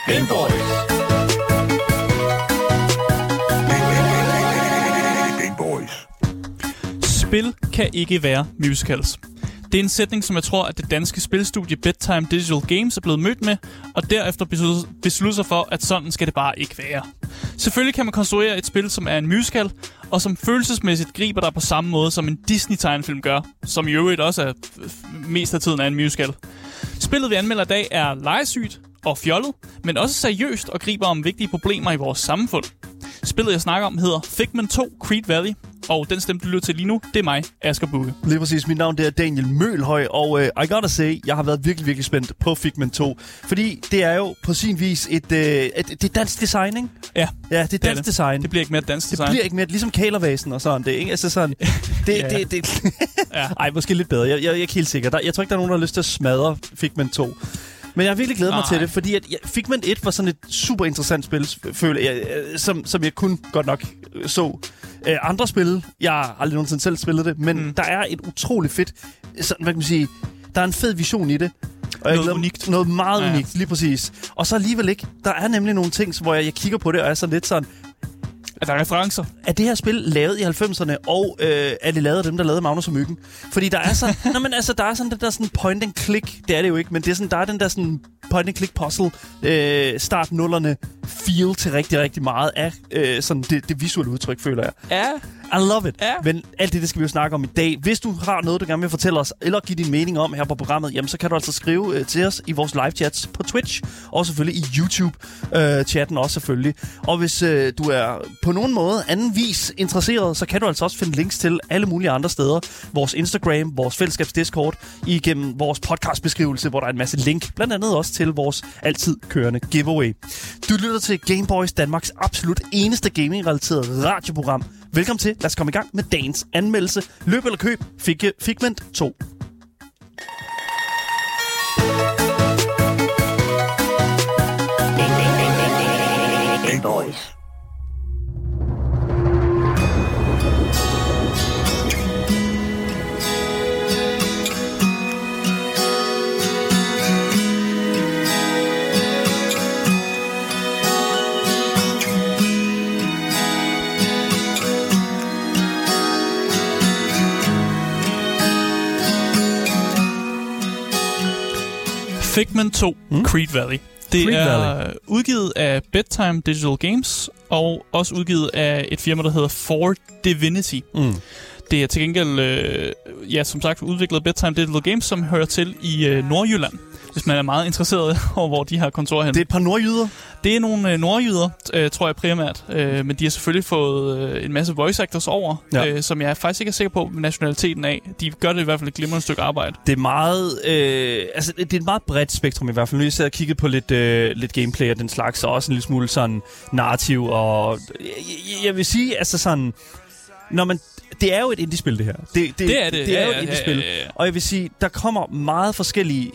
Gameboys. Spil kan ikke være musicals. Det er en sætning, som jeg tror, at det danske spilstudie Bedtime Digital Games er blevet mødt med, og derefter beslutter sig for, at sådan skal det bare ikke være. Selvfølgelig kan man konstruere et spil, som er en musical, og som følelsesmæssigt griber dig på samme måde, som en Disney-tegnefilm gør, som i øvrigt også er mest af tiden er en musical. Spillet, vi anmelder i dag, er legesygt og fjollet, men også seriøst og griber om vigtige problemer i vores samfund. Spillet, jeg snakker om, hedder Figment 2 Creed Valley, og den stemme, du lytter til lige nu, det er mig, Asger Bugge. Lige præcis. Mit navn det er Daniel Mølhøj, og I gotta say, jeg har været virkelig, virkelig spændt på Figment 2. Fordi det er jo på sin vis et dansk design, ikke? Ja, det er dansk design. Det bliver ikke mere dansk design. Det bliver ikke mere, ligesom Kælervasen og sådan. Det er ikke altså sådan. Ej, måske lidt bedre. Jeg er ikke helt sikker. Jeg tror ikke, der er nogen, der har lyst til at smadre Figment 2. Men jeg har virkelig glædet mig til det, fordi at Figment 1 var sådan et super interessant spil, føler jeg, som jeg kun godt nok så andre spil. Jeg har aldrig nogensinde selv spillet det, men der er et utroligt fedt, sådan, hvad kan man sige, der er en fed vision i det. Og noget unikt. Noget meget unikt, lige præcis. Og så alligevel ikke. Der er nemlig nogle ting, hvor jeg kigger på det, og er sådan lidt sådan... Er der referencer? Er det her spil lavet i 90'erne, og er det lavet af dem, der lavede Magnus og Myggen? Fordi der er sådan... der er sådan det der sådan point and click. Det er det jo ikke, men det er sådan, der er den der sådan point and click puzzle start nullerne feel til rigtig, rigtig meget af sådan det visuelle udtryk, føler jeg. Ja. I love it. Ja. Men alt det skal vi jo snakke om i dag. Hvis du har noget, du gerne vil fortælle os, eller give din mening om her på programmet, jamen så kan du altså skrive til os i vores live chats på Twitch, og selvfølgelig i YouTube-chatten også selvfølgelig. Og hvis du er på nogen måde anden vis interesseret, så kan du altså også finde links til alle mulige andre steder. Vores Instagram, vores fællesskabs Discord, igennem vores podcastbeskrivelse, hvor der er en masse link, blandt andet også til vores altid kørende giveaway. Du lytter til Gameboys, Danmarks absolut eneste gaming-relateret radioprogram. Velkommen til. Lad os komme i gang med dagens anmeldelse. Løb eller køb. Figment 2. Gameboys. Figment 2 Creed Valley. Det er udgivet af Bedtime Digital Games, og også udgivet af et firma, der hedder For Divinity. Det er til gengæld, som sagt, udviklet af Bedtime Digital Games, som hører til i Nordjylland, hvis man er meget interesseret over, hvor de har kontor hen. Det er et par nordjyder? Det er nogle nordjyder, tror jeg primært. Men de har selvfølgelig fået en masse voice actors over, som jeg faktisk ikke er sikker på nationaliteten af. De gør det i hvert fald et glimrende stykke arbejde. Det er meget, det er et meget bredt spektrum i hvert fald. Nu har jeg kigget på lidt gameplay og den slags, og også en lille smule sådan narrativ. Og jeg vil sige, altså sådan, når man... Det er jo et indie-spil, det her. Det er jo et indie-spil. Og jeg vil sige, der kommer meget forskellige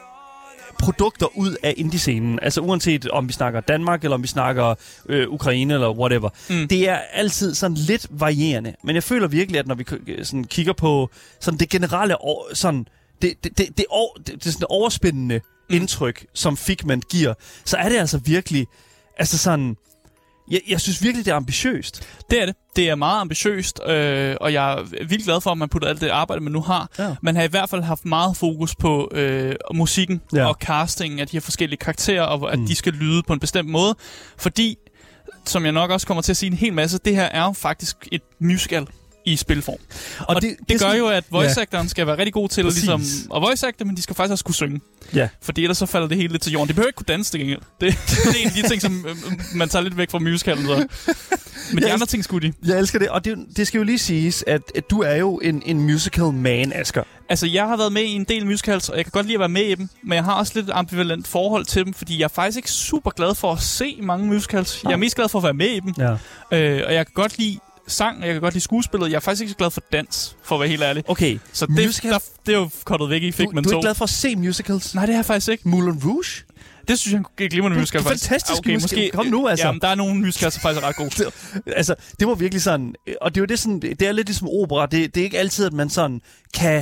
produkter ud af indie-scenen. Altså uanset om vi snakker Danmark, eller om vi snakker Ukraine, eller whatever. Det er altid sådan lidt varierende. Men jeg føler virkelig, at når vi sådan kigger på sådan det generelle, sådan det sådan overspændende indtryk, som Figment giver, så er det altså virkelig, altså sådan... Jeg synes virkelig, det er ambitiøst. Det er det. Det er meget ambitiøst, og jeg er vildt glad for, at man putter alt det arbejde, man nu har. Ja. Man har i hvert fald haft meget fokus på musikken og castingen af de her forskellige karakterer, og at de skal lyde på en bestemt måde. Fordi, som jeg nok også kommer til at sige en hel masse, det her er jo faktisk et musical i spilform. Og det gør jo, at voice-actoren skal være rigtig god til ligesom, at voice-acte, men de skal faktisk også kunne synge. Ja. Fordi ellers så falder det hele lidt til jorden. Det behøver ikke kunne danse, det gengæld. Det er en af de ting, som man tager lidt væk fra musicalen. Så. Men de andre ting skulle de. Jeg elsker det, og det skal jo lige siges, at du er jo en musical man, Asger. Altså, jeg har været med i en del musicals, og jeg kan godt lide at være med i dem, men jeg har også lidt ambivalent forhold til dem, fordi jeg er faktisk ikke super glad for at se mange musicals. Jeg er mest glad for at være med i dem. Ja. Og jeg kan godt lide sang, og jeg kan godt lide skuespillet. Jeg er faktisk ikke så glad for dans, for at være helt ærlig. Okay. Så det er jo kottet væk i Figment 2. Du er ikke glad for at se musicals? Nej, det er jeg faktisk ikke. Moulin Rouge? Det synes jeg er glimrende musical. Fantastisk musical. Måske. Kom nu, altså. Jamen, der er nogle musicals, der faktisk er ret gode. Altså, det var virkelig sådan... Og det er jo det sådan... Det er lidt ligesom opera. Det er ikke altid, at man sådan kan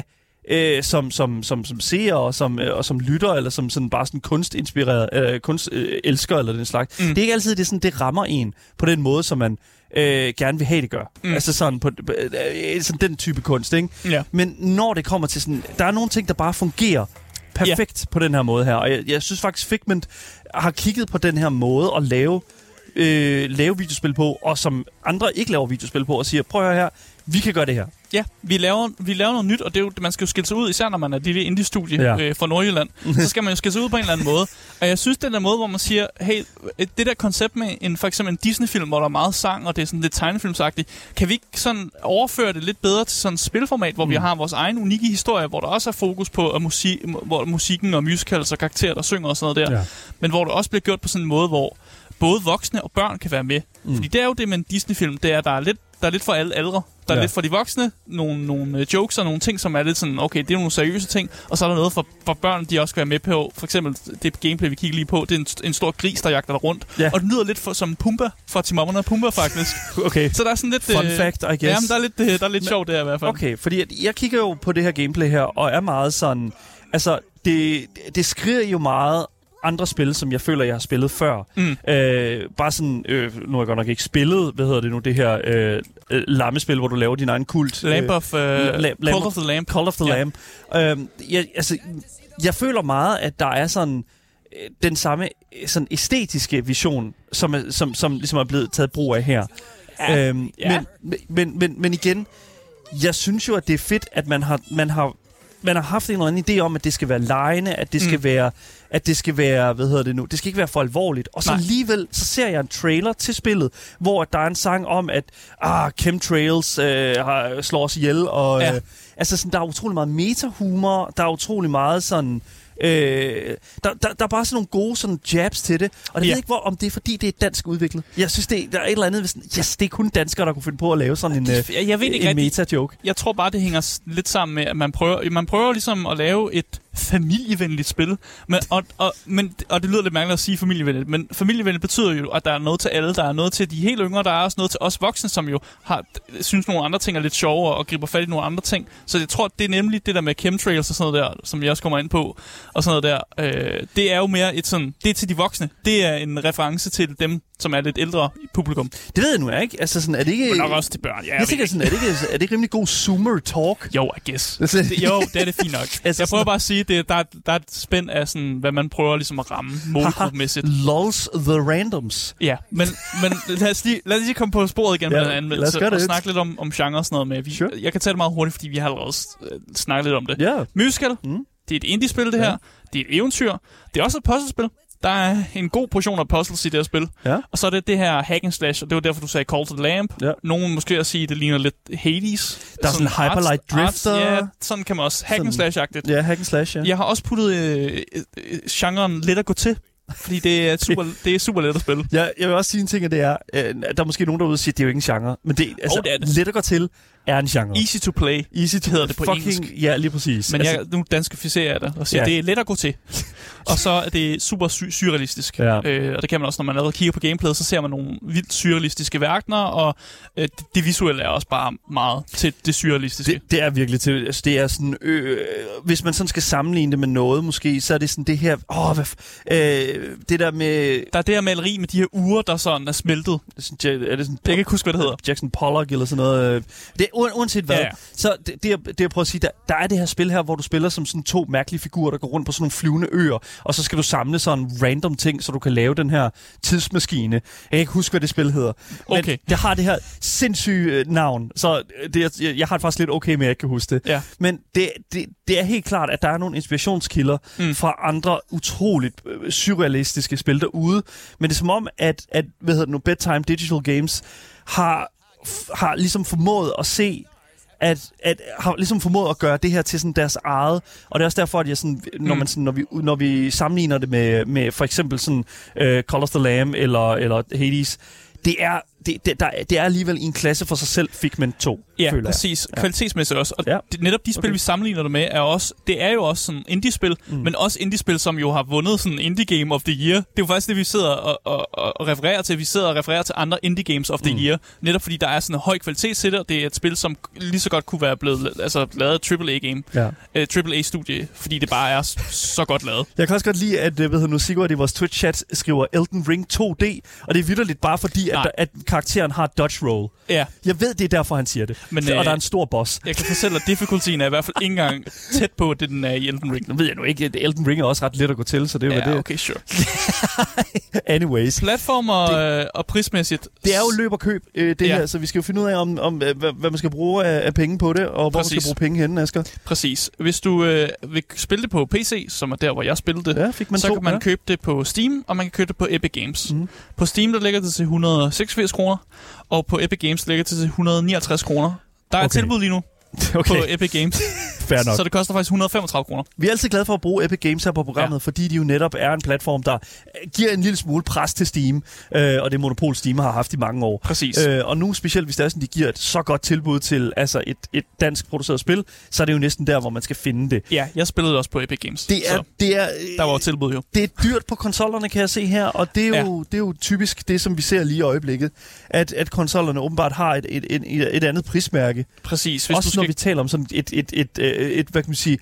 som seer og som lytter, eller som sådan bare sådan kunstinspireret, kunstelsker eller den slags. Det er ikke altid, det rammer en på den måde, som man gerne vil have det gør. Altså sådan på sådan den type kunst, ikke? Ja. Men når det kommer til sådan, der er nogle ting, der bare fungerer perfekt på den her måde her, og jeg synes faktisk, Figment har kigget på den her måde at lave videospil på, og som andre ikke laver videospil på, og siger, prøv at høre her, vi kan gøre det her. Ja, vi laver noget nyt, og det er jo, man skal jo skille sig ud, især når man er lille indie-studie fra Nordjylland, så skal man jo skille sig ud på en eller anden måde. Og jeg synes, den der måde, hvor man siger, hey, det der koncept med for eksempel en Disney-film, hvor der er meget sang, og det er sådan lidt tegnefilmsagtigt, kan vi ikke sådan overføre det lidt bedre til sådan et spilformat, hvor vi har vores egen unikke historie, hvor der også er fokus på hvor musikken og musicals og karakterer, der synger og sådan noget der, men hvor det også bliver gjort på sådan en måde, hvor både voksne og børn kan være med. Fordi det er jo det med en Disney-film, det er, der er lidt for alle aldre. Der er lidt for de voksne, nogle jokes og nogle ting, som er lidt sådan, okay, det er nogle seriøse ting, og så er der noget for børn, de også kan være med på. For eksempel det gameplay, vi kigger lige på, det er en stor gris, der jagter der rundt. Ja. Og det lyder lidt som Pumba fra Timon og Pumba, faktisk. Okay. Så der er sådan lidt... Fun fact, I guess. Ja, der er lidt sjovt der i hvert fald. Okay, fordi jeg kigger jo på det her gameplay her, og er meget sådan... Altså, det skriger jo meget andre spil, som jeg føler, jeg har spillet før. Bare sådan, nu har jeg godt nok ikke spillet, det her lammespil, hvor du laver din egen kult. Call of the Lamb. Call of the Lamb. Jeg føler meget, at der er sådan den samme sådan æstetiske vision, som ligesom er blevet taget brug af her. Men igen, jeg synes jo, at det er fedt, at man har haft en eller anden idé om, at det skal være legende, at det skal være, det skal ikke være for alvorligt. Og så alligevel, så ser jeg en trailer til spillet, hvor der er en sang om, at chemtrails slår os ihjel, og altså sådan, der er utrolig meget meta-humor, der er utrolig meget sådan... der er bare sådan nogle gode sådan jabs til det, og jeg ved ikke, om det er fordi, det er dansk udviklet. Jeg synes, der er et eller andet, det er kun danskere, der kunne finde på at lave sådan en meta-joke. Jeg tror bare, det hænger lidt sammen med, at man prøver ligesom at lave et familievenligt spil, og det lyder lidt mærkeligt at sige familievenligt, men familievenligt betyder jo, at der er noget til alle, der er noget til de helt yngre, der er også noget til os voksne, som jo synes nogle andre ting er lidt sjovere og griber fat i nogle andre ting. Så jeg tror, det er nemlig det der med chemtrails og sådan noget der, som jeg også kommer ind på, og sådan noget der, det er jo mere det er til de voksne. Det er en reference til dem, som er lidt ældre i publikum. Det ved jeg nu ikke. Altså sådan, er det ikke... Men nok også til børn. Ja, jeg tænker sådan, er det ikke rimelig god zoomer talk? Jo, I guess. Det er det fint nok. Altså, jeg prøver bare at sige, der er et spænd af sådan, hvad man prøver ligesom at ramme målgruppemæssigt. Lols the randoms. Ja, men lad os lige komme på sporet igen med en anmeldelse og snakke lidt om genre og sådan noget med. Sure. Jeg kan tage det meget hurtigt, fordi vi har allerede snakket lidt om det. Yeah. Musical, det er et indie-spil, det her. Det er et eventyr. Det er også et puzzlespil. Der er en god portion af puzzles i det her spil. Ja. Og så er det her hack and slash, og det var derfor, du sagde Call to the Lamb. Ja. Nogen måske at sige, at det ligner lidt Hades. Der er sådan Hyperlight Drifter. Ja, sådan kan man også. Hack and slash-agtigt. Ja, hack and slash, ja. Jeg har også puttet genren let at gå til. Fordi det er super let at spille. Ja, jeg vil også sige en ting, at det er... der er måske nogen derude, der siger, at det er jo ikke en genre. Men det er det. Let at gå til er en genre. Easy to play. Hedder det på engelsk. Ja, lige præcis. Men nu danskificerer jeg det og siger, det er let at gå til. Og så er det super surrealistisk. Ja. Og det kan man også, når man allerede kigger på gameplayet, så ser man nogle vildt surrealistiske verdener, og det visuelle er også bare meget til det surrealistiske. Det er virkelig til. Altså, det er sådan... hvis man sådan skal sammenligne det med noget, måske, så er det sådan det her... det der med... Der er det her maleri med de her uger, der sådan er smeltet. Er det sådan, jeg kan ikke huske, hvad det hedder. Jackson Pollock eller sådan noget. Det er uanset hvad. Ja. Så det jeg prøver at sige, der er det her spil her, hvor du spiller som sådan to mærkelige figurer, der går rundt på sådan nogle flyvende øer, og så skal du samle sådan random ting, så du kan lave den her tidsmaskine. Jeg kan ikke huske, hvad det spil hedder. Men det har det her sindssyge navn, så jeg har det faktisk lidt okay med, at jeg ikke kan huske det. Ja. Men det er helt klart, at der er nogle inspirationskilder fra andre utroligt surrealistiske spil derude. Men det er som om, at Bedtime Digital Games har ligesom formået at se, har ligesom formået at gøre det her til sådan deres eget, og det er også derfor, at jeg sådan, når vi sammenligner det med for eksempel sådan Call of the Lamb eller Hades, det er det er alligevel en klasse for sig selv, Figment 2, ja, føler præcis. jeg. Kvalitetsmæssigt også. Og netop de spil, vi sammenligner det med, det er jo også sådan indie-spil, men også indie-spil, som jo har vundet sådan Indie Game of the Year. Det er jo faktisk det, vi sidder og refererer til. Vi sidder og refererer til andre Indie Games of the Year, netop fordi der er sådan en høj kvalitet til det, og det er et spil, som lige så godt kunne være blevet lavet et AAA-game. AAA-studie, fordi det bare er så godt lavet. Jeg kan også godt lide, at Sigurd i vores Twitch-chat skriver Elden Ring 2D, og det er vitterligt bare fordi, at karakteren har dodge roll. Ja. Jeg ved, det er derfor, han siger det. Men, og der er en stor boss. Jeg kan fortælle, at difficultyen er i hvert fald ikke engang tæt på, det den er i Elden Ring. Nu ved jeg nu ikke, at Elden Ring er også ret let at gå til, så det er jo det. Okay, sure. Anyways. Platformer og prismæssigt. Det er jo løb og køb, her, så vi skal jo finde ud af, om hvad man skal bruge af penge på det, og hvor man skal bruge penge henne, Asger. Præcis. Hvis du vil spille det på PC, som er der, hvor jeg spillede det, så kan man købe det på Steam, og man kan købe det på Epic Games. På Steam, der ligger det til 186 kroner, og på Epic Games ligger det til 159 kroner. Der er et tilbud lige nu på Epic Games. Fair nok. Så det koster faktisk 135 kroner. Vi er altid glade for at bruge Epic Games her på programmet, fordi de jo netop er en platform, der giver en lille smule pres til Steam, og det monopol Steam har haft i mange år. Præcis. Og nu specielt, hvis det er sådan, de giver et så godt tilbud til et dansk produceret spil, så er det jo næsten der, hvor man skal finde det. Ja, jeg spillede det også på Epic Games. Der var jo tilbud jo. Det er dyrt på konsollerne, kan jeg se her, og det er jo typisk det, som vi ser lige i øjeblikket, at konsollerne åbenbart har et andet prismærke. Præcis. Hvis også når vi taler om sådan et hvad kan man sige,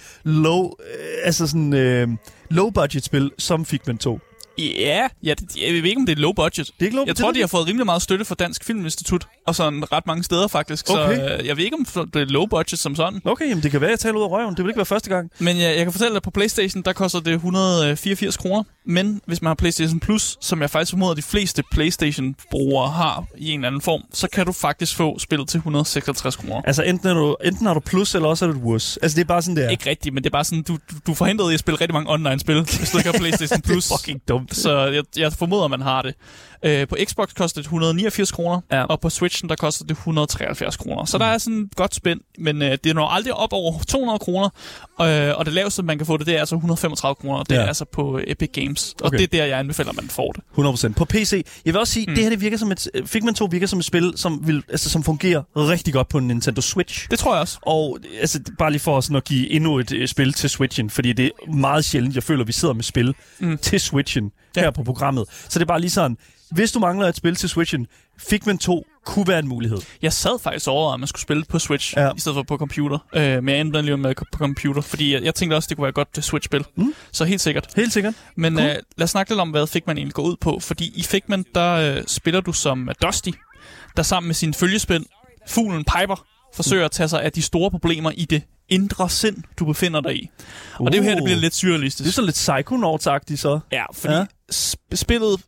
low budget spil som Figment 2. Ja, jeg ved ikke, om det er low budget. Det er ikke low jeg tror, de har fået rimelig meget støtte fra Dansk Filminstitut, og sådan ret mange steder faktisk. Okay. Så jeg ved ikke, om det er low budget som sådan. Okay, jamen det kan være, jeg taler ud af røven. Det vil ikke være første gang. Men jeg kan fortælle dig, at på PlayStation, der koster det 184 kroner. Men hvis man har PlayStation Plus, som jeg faktisk formoder, de fleste PlayStation-brugere har i en eller anden form, så kan du faktisk få spillet til 156 kroner. Altså enten har du Plus, eller også er det et worse. Altså det er bare sådan, det er. Ikke rigtigt, men det er bare sådan, du er forhindret i at spille rigtig mange online-spil, hvis du ikke har PlayStation Plus. Det er fucking dumt. Så jeg formoder, man har det. På Xbox koster det 189 kroner, og på Switchen, der koster det 173 kroner. Så der er sådan et godt spænd, men det når aldrig op over 200 kroner, og det laveste, man kan få det, det er altså 135 kroner, det er altså på Epic Games. Og det er der, jeg anbefaler, man får det. 100%. På PC. Jeg vil også sige, det her det virker som Figment 2 virker som et spil, som fungerer rigtig godt på en Nintendo Switch. Det tror jeg også. Og altså, bare lige for sådan at give endnu et spil til Switchen, fordi det er meget sjældent, jeg føler, at vi sidder med spil til Switchen her på programmet. Så det er bare lige sådan, hvis du mangler et spil til Switchen, Figment 2 kunne være en mulighed. Jeg sad faktisk over, at man skulle spille på Switch, i stedet for på computer. Men jeg endte lige med på computer, fordi jeg tænkte også, det kunne være godt til Switch-spil. Så helt sikkert. Helt sikkert. Men lad os snakke lidt om, hvad Figment egentlig går ud på. Fordi i Figment, der spiller du som Dusty, der sammen med sin følgespænd, fuglen Piper, forsøger at tage sig af de store problemer i det indre sind, du befinder dig i. Og det er jo her, det bliver lidt surrealistisk. Det er så lidt Psychonauts-agtigt så. Ja, fordi spillet,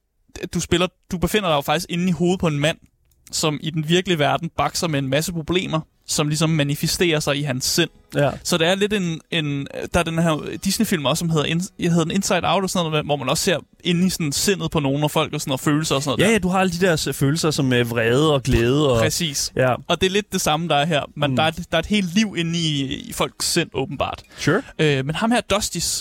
du befinder dig jo faktisk inde i hovedet på en mand, som i den virkelige verden bakser med en masse problemer, som ligesom manifesterer sig i hans sind. Ja. Så der er lidt der er den her Disney-film også, som hedder Inside Out, og sådan noget, hvor man også ser inde i sådan sindet på nogen og folk og sådan og følelser og sådan noget. Ja, du har alle de der følelser som vrede og glæde. Og præcis. Ja. Og det er lidt det samme, der er her. Men der er et helt liv inde i folks sind, åbenbart. Sure. Men ham her, Dustys,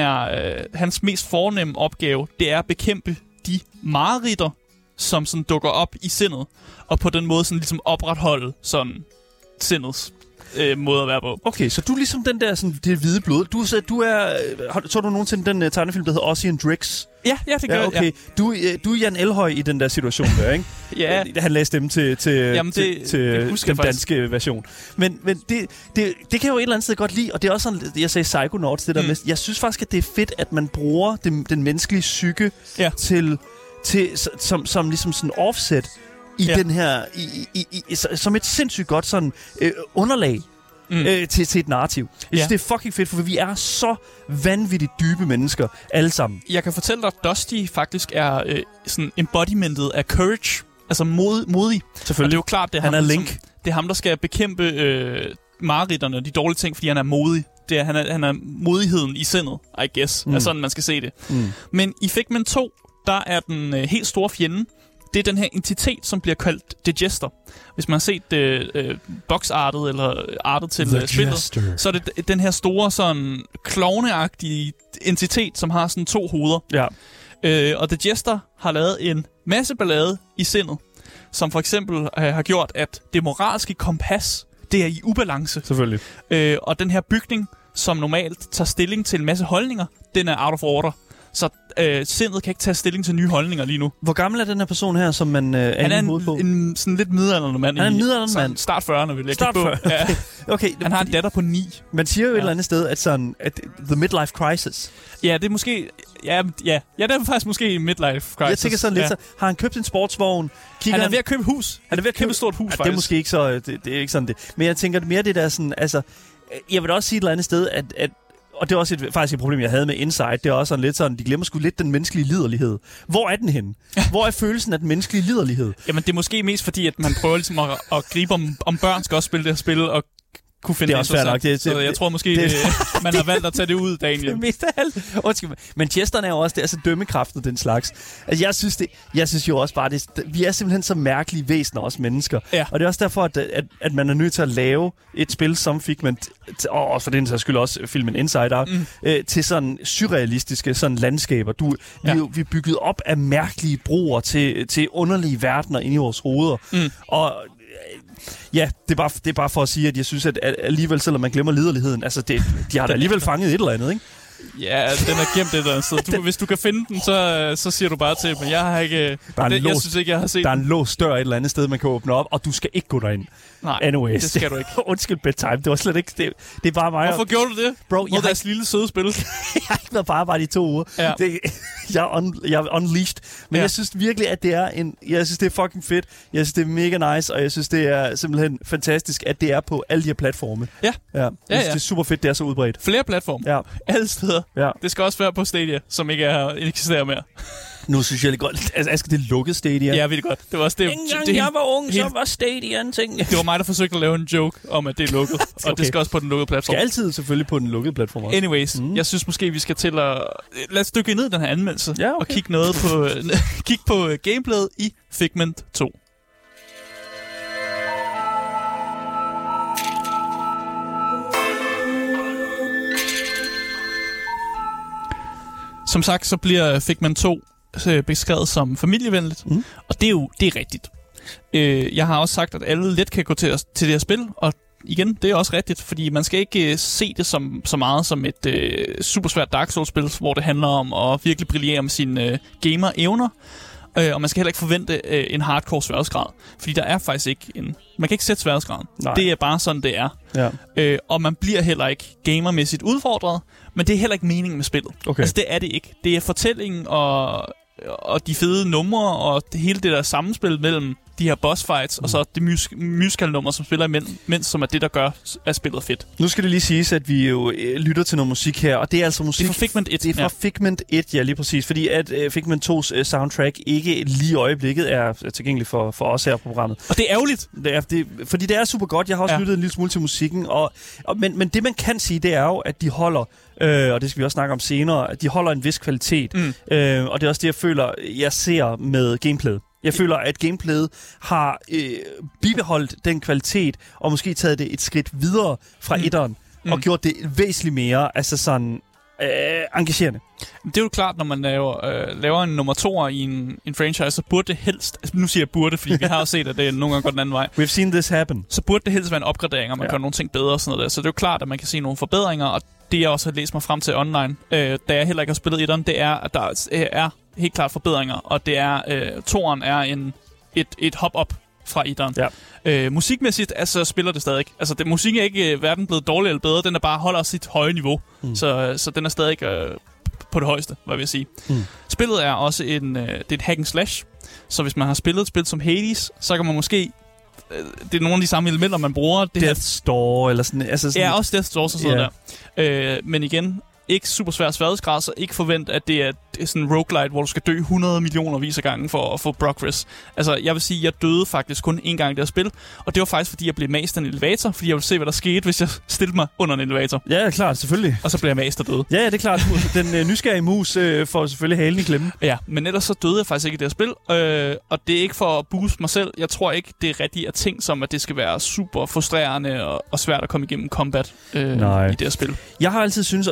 hans mest fornemme opgave, det er at bekæmpe de mareridter, som sådan dukker op i sindet, og på den måde sådan ligesom opretholde sådan sindets måde at være på. Okay, så du er ligesom den der sådan, det hvide blod. Så du nogensinde den tegnefilm, der hedder Ozzy and Drix? Ja, det gør jeg. Okay. Ja. Du er Jan Elhøj i den der situation der, ikke? Ja. Han lagde stemme til den danske version. Men det kan jeg jo et eller andet sted godt lide, og det er også sådan, jeg sagde Psychonauts, det der med. Jeg synes faktisk, at det er fedt, at man bruger den menneskelige psyke som ligesom sådan offset i den her som et sindssygt godt sådan underlag til et narrativ. Jeg synes, det er fucking fedt, for vi er så vanvittigt dybe mennesker alle sammen. Jeg kan fortælle dig, at Dusty faktisk er sådan embodimentet af courage, altså modig. Selvfølgelig. Og det er jo klart, det er han ham, er Link. Det er ham, der skal bekæmpe mareridterne, de dårlige ting, fordi han er modig. Han er modigheden i sindet, I guess. Er sådan, man skal se det. Men i Figment 2, der er den helt store fjende. Det er den her entitet, som bliver kaldt The Jester. Hvis man har set boxartet eller artet til spillet, så er det den her store sådan klovneagtige entitet, som har sådan 2 hoveder. Ja. Og The Jester har lavet en masse ballade i sindet. som for eksempel har gjort, at det moralske kompas, det er i ubalance. Selvfølgelig. Og den her bygning, som normalt tager stilling til en masse holdninger, den er out of order. Så sindet kan ikke tage stilling til nye holdninger lige nu. Hvor gammel er den her person her, som man han er en sådan lidt midaldrende mand. Han er en midaldrende mand? Start 40'erne, vil jeg Start 40'erne? Ja. Okay. Han har en datter på 9. Man siger jo et eller andet sted, at sådan at the midlife crisis. Ja, det er måske... Ja, det er faktisk måske en midlife crisis. Jeg tænker sådan lidt, så har han købt en sportsvogn? Han er ved at købe hus. Han er ved at købe et stort hus, faktisk. Det er måske ikke så... Det er ikke sådan det. Men jeg tænker mere det der sådan... Altså, jeg vil da også sige et eller andet sted, at og det er også faktisk et problem, jeg havde med Inside. Det er også sådan lidt sådan, de glemmer sgu lidt den menneskelige liderlighed. Hvor er den henne? Hvor er følelsen af den menneskelige liderlighed? Jamen, det er måske mest fordi, at man prøver ligesom at gribe om børn skal også spille det her spil, og kunne finde det er også fair nok. Så jeg tror måske, man har valgt at tage det ud, Daniel. Det mest af alt. Men Chesteren er jo også, det er så dømmekraftet, den slags. Altså, jeg synes jo også bare, vi er simpelthen så mærkelige væsener, også mennesker. Ja. Og det er også derfor, at man er nødt til at lave et spil som Figment, og for den sags skyld også filmen Inside Out, til sådan surrealistiske sådan landskaber. Vi er bygget op af mærkelige broer til underlige verdener inde i vores hoveder. Og ja, det er bare for at sige, at jeg synes, at alligevel, selvom man glemmer liderligheden, altså de har da alligevel fanget et eller andet, ikke? Ja, den er gemt et eller andet sted. Hvis du kan finde den, så siger du bare til, men jeg har ikke... Jeg synes ikke, jeg har set der er en låst dør et eller andet sted, man kan åbne op, og du skal ikke gå derind. Nej, anyways, det skal du ikke. Undskyld bedtime, det var slet ikke... Det er bare mig. Hvorfor gjorde du det? Bro, mod deres lille søde spil. Jeg har ikke været på arbejde i 2 uger. Ja. Jeg er unleashed. Men jeg synes virkelig, at det er jeg synes, det er fucking fedt. Jeg synes, det er mega nice, og jeg synes, det er simpelthen fantastisk, at det er på alle de her platforme. Ja. Jeg synes, det er super fedt, det er så udbredt. Flere platforme. Ja. Alle steder. Ja. Det skal også være på Stadia, som ikke eksisterer mere. Nu synes jeg det godt. Altså, Asger, det er lukket Stadia. Ja, vildt godt. Det var også det. Dengang jeg var ung, så var Stadia en ting. Det var mig, der forsøgte at lave en joke om, at det er lukket. Okay. Og det skal også på den lukkede platform. Det skal altid selvfølgelig på den lukkede platform også. Anyways, jeg synes måske, vi skal til at... Lad os dykke ned i den her anmeldelse. Ja, okay. Og kigge på gameplayet i Figment 2. Som sagt, så bliver Figment 2 beskrevet som familievenligt, og det er rigtigt. Jeg har også sagt, at alle let kan gå til det her spil, og igen, det er også rigtigt, fordi man skal ikke se det så meget som et super svært Dark Souls-spil, hvor det handler om at virkelig brillere med sine gamer-evner, og man skal heller ikke forvente en hardcore sværhedsgrad, fordi der er faktisk ikke man kan ikke sætte sværhedsgraden. Det er bare sådan, det er. Ja. Og man bliver heller ikke gamermæssigt udfordret, men det er heller ikke meningen med spillet. Okay. Altså, det er det ikke. Det er fortællingen og de fede numre og hele det der sammenspil mellem de her boss fights og så det musical-nummer, som spiller imens, som er det, der gør, at spillet fedt. Nu skal det lige siges, at vi jo lytter til noget musik her, og det er altså musik... Det er fra Figment 1. Det er fra Figment 1, ja, lige præcis. Fordi at Figment 2's soundtrack ikke lige i øjeblikket er tilgængelig for os her på programmet. Og det er ærgerligt. Fordi det er super godt. Jeg har også lyttet en lille smule til musikken. Men det, man kan sige, det er jo, at de holder... og det skal vi også snakke om senere, at de holder en vis kvalitet. Og det er også det, jeg føler, jeg ser med gameplayet. Jeg føler, at gameplayet har bibeholdt den kvalitet, og måske taget det et skridt videre fra etteren, og gjort det væsentligt mere altså sådan, engagerende. Det er jo klart, når man laver en nummer 2'er i en franchise, så burde det helst... Altså, nu siger jeg burde, fordi vi har jo set, at det nogle gange går den anden vej. We've seen this happen. Så burde det helst være en opgradering, og man gør nogle ting bedre og sådan noget der. Så det er jo klart, at man kan se nogle forbedringer, og det jeg også har læst mig frem til online, da jeg heller ikke har spillet etteren, det er, at der er helt klart forbedringer, og det er, toeren er et hop-up fra etteren. Ja. Musikmæssigt spiller det stadig. Altså, musik er ikke hverken blevet dårligere eller bedre, den er bare holder sit høje niveau. Så den er stadig på det højeste, hvad vil jeg sige. Spillet er også det er et hack and slash, så hvis man har spillet et spil som Hades, så kan man måske... det er nogle af de samme elementer, man bruger. Death Store eller sådan... Altså sådan ja, også Death Store og sådan der. Men igen, ikke super svært sværhedsgrad, så ikke forvent, at det er sådan en roguelite, hvor du skal dø 100 millioner vis af gange for at få progress. Altså, jeg vil sige, at jeg døde faktisk kun én gang i det her spil, og det var faktisk, fordi jeg blev mast af en elevator, fordi jeg ville se, hvad der skete, hvis jeg stillede mig under en elevator. Ja, klart, selvfølgelig. Og så blev jeg mast og døde. Ja, det er klart. Den nysgerrige mus får selvfølgelig halen i klemme. Ja, men ellers så døde jeg faktisk ikke i det her spil, og det er ikke for at booste mig selv. Jeg tror ikke, det er rigtigt at ting som, at det skal være super frustrerende og svært at komme igennem combat i det her spil. Jeg har altid synes, og det var også noget,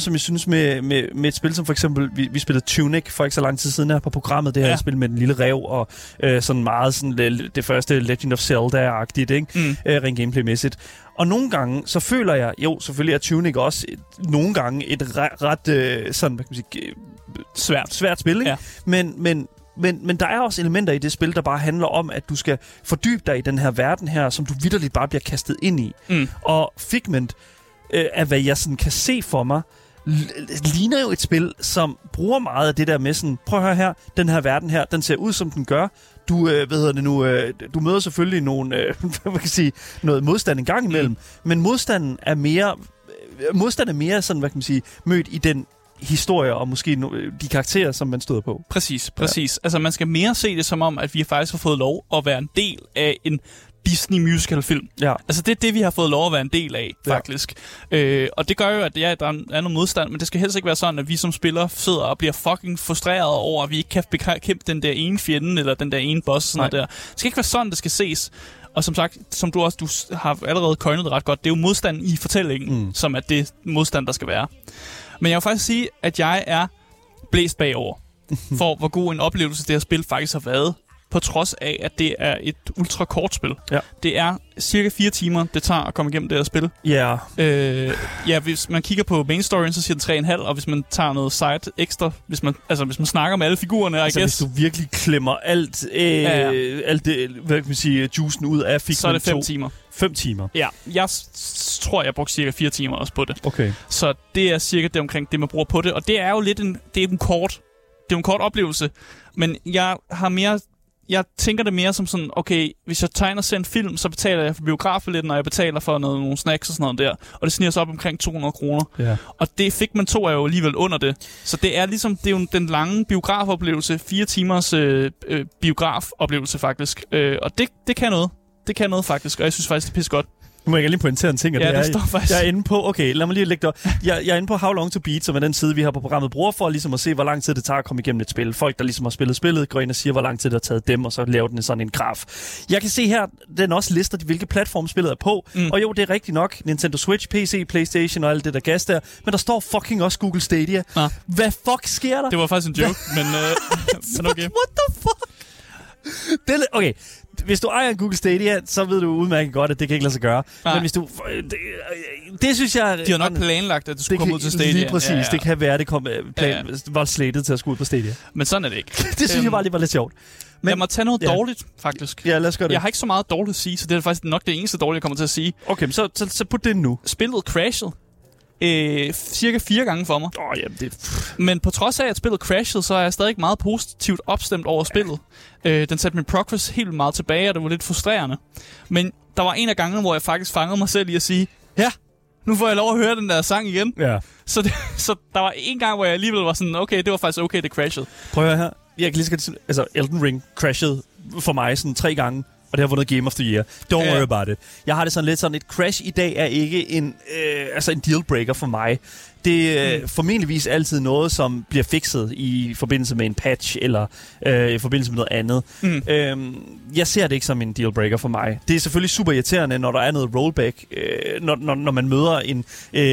noget, som jeg synes med et spil som for eksempel, vi spillede Tunic for ikke så lang tid siden her på programmet, det her spil med den lille ræv, og sådan meget sådan det første Legend of Zelda-agtigt, ikke? Rent gameplaymæssigt. Og nogle gange, så føler jeg, jo, selvfølgelig er Tunic også nogle gange et ret sådan, hvad kan man sige, svært spil, ikke? Ja. Men der er også elementer i det spil, der bare handler om, at du skal fordybe dig i den her verden her, som du vitterligt bare bliver kastet ind i. Og Figment, af hvad jeg sådan kan se for mig, ligner jo et spil, som bruger meget af det der med sådan, prøv at høre her, den her verden her, den ser ud, som den gør. Du, du møder selvfølgelig noget modstand en gang imellem, men modstanden er mere sådan, hvad kan man sige, mødt i den historier og måske de karakterer, som man støder på. Præcis. Ja. Altså, man skal mere se det som om, at vi faktisk har fået lov at være en del af en Disney musical-film. Ja. Altså, det er det, vi har fået lov at være en del af, faktisk. Og det gør jo, at der er noget modstand, men det skal helst ikke være sådan, at vi som spillere sidder og bliver fucking frustreret over, at vi ikke kan bekæmpe den der ene fjende, eller den der ene boss, sådan noget der. Det skal ikke være sådan, det skal ses. Og som sagt, som du har allerede coinet ret godt, det er jo modstanden i fortællingen, som er det modstand, der skal være. Men jeg vil faktisk sige, at jeg er blæst bagover for, hvor god en oplevelse det her spil faktisk har været, på trods af, at det er et ultra kort spil. Ja. Det er cirka 4 timer, det tager at komme igennem det her spil. Ja, hvis man kigger på main storyen, så siger den 3,5, og hvis man tager noget side ekstra, hvis man snakker med alle figurerne, altså, hvis du virkelig klemmer alt det, hvad kan man sige, juicen ud af Figment 2. Så er det 5 timer. 5 timer? Ja, jeg tror, jeg brugte cirka 4 timer også på det. Okay. Så det er cirka det omkring det, man bruger på det, og det er jo lidt en kort oplevelse, men jeg tænker det mere som sådan, okay, hvis jeg tegner selv en film, så betaler jeg for biografbilletten, og jeg betaler for nogle snacks og sådan noget der. Og det sniger sig op omkring 200 kroner. Yeah. Og det Figment 2 er jo alligevel under det. Så det er ligesom, det er jo den lange biografoplevelse, 4 timers biografoplevelse faktisk. Og det kan noget. Det kan noget faktisk, og jeg synes faktisk, det er pisse godt. Nu må jeg lige pointere en ting, det står faktisk. Jeg er inde på, okay, lad mig lige lægge det. Jeg er inde på How Long to Beat, som er den side, vi har på programmet bruger for ligesom at se, hvor lang tid det tager at komme igennem et spil. Folk, der ligesom har spillet spillet, går ind og siger, hvor lang tid det har taget dem, og så laver den sådan en graf. Jeg kan se her, den også lister, hvilke platform spillet er på. Og jo, det er rigtigt nok. Nintendo Switch, PC, PlayStation og alt det der gas der. Men der står fucking også Google Stadia. Hvad fuck sker der? Det var faktisk en joke, men okay. What the fuck? Okay. Hvis du ejer en Google Stadia, så ved du udmærket godt, at det kan ikke lade sig gøre. Men hvis du... Det synes jeg... De har nok planlagt, at det skulle komme ud til Stadia. Lige præcis. Ja. Det kan være, det var slated til at skulle ud på Stadia. Men sådan er det ikke. Det synes jeg bare lige var lidt sjovt. Men jeg må tage noget dårligt, faktisk. Ja, lad os gøre det. Jeg har ikke så meget dårligt at sige, så det er faktisk nok det eneste dårlige, jeg kommer til at sige. Okay, så put det nu. Spillet crashede. Cirka 4 gange for mig. Jamen Men på trods af, at spillet crashede, så er jeg stadig meget positivt opstemt over spillet. Den satte min progress helt meget tilbage, og det var lidt frustrerende. Men der var en af gangene, hvor jeg faktisk fangede mig selv i at sige, ja, nu får jeg lov at høre den der sang igen. Ja. Så der var en gang, hvor jeg alligevel var sådan, okay, det var faktisk okay, det crashede. Prøv at høre her. Jeg kan lige så altså, Elden Ring crashede for mig sådan 3 gange. Og det har vundet Game of the Year. Don't worry about it. Jeg har det sådan lidt sådan, et crash i dag er ikke en dealbreaker for mig. Det er formentligvis altid noget, som bliver fikset i forbindelse med en patch, eller i forbindelse med noget andet. Jeg ser det ikke som en dealbreaker for mig. Det er selvfølgelig super irriterende, når der er noget rollback, når man møder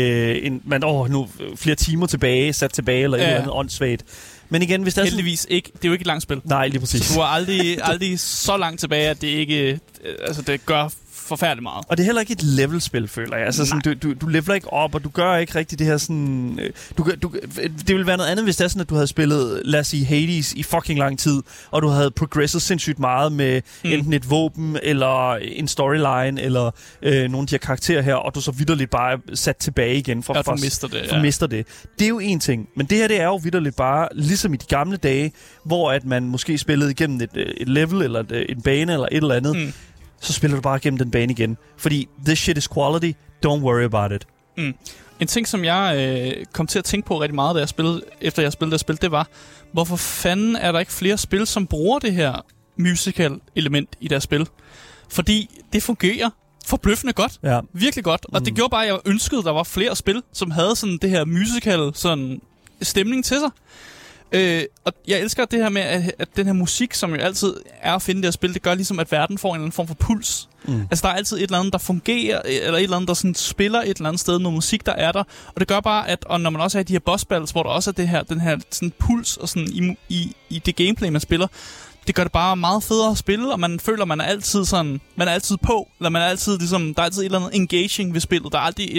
nu flere timer tilbage, sat tilbage, eller et eller andet åndssvagt. Men igen, hvis der heldigvis ikke. Det er jo ikke et langt spil. Nej, lige præcis. Så du er aldrig så langt tilbage, at det ikke... Altså, det gør forfærdeligt meget. Og det er heller ikke et levelspil, føler jeg. Altså, sådan, du leveler ikke op, og du gør ikke rigtig det her sådan... det ville være noget andet, hvis det er sådan, at du havde spillet, lad os sige, Hades i fucking lang tid, og du havde progresset sindssygt meget med enten et våben, eller en storyline, eller nogle af de her karakterer her, og du så vitterligt bare sat tilbage igen. Mister det. Det er jo en ting. Men det her, det er jo vitterligt bare, ligesom i de gamle dage, hvor at man måske spillede igennem et level, eller en bane, eller et eller andet, så spiller du bare igennem den bane igen. Fordi this shit is quality, don't worry about it. En ting, som jeg kom til at tænke på rigtig meget, efter jeg spillede det spil, det var, hvorfor fanden er der ikke flere spil, som bruger det her musical-element i deres spil? Fordi det fungerer forbløffende godt. Ja. Virkelig godt. Og det gjorde bare, at jeg ønskede, at der var flere spil, som havde sådan det her musical sådan stemning til sig. Og jeg elsker det her med, at den her musik, som jo altid er at finde det at spille, det gør ligesom, at verden får en eller anden form for puls. Altså, der er altid et eller andet, der fungerer, eller et eller andet, der sådan spiller et eller andet sted, noget musik, der er der. Og det gør bare, at og når man også har de her boss battles, hvor der også er den her sådan puls og sådan i det gameplay, man spiller, det gør det bare meget federe at spille, og man føler, man er altid sådan, man er altid på, eller man er altid ligesom, der er altid et eller andet engaging ved spillet. Der er altid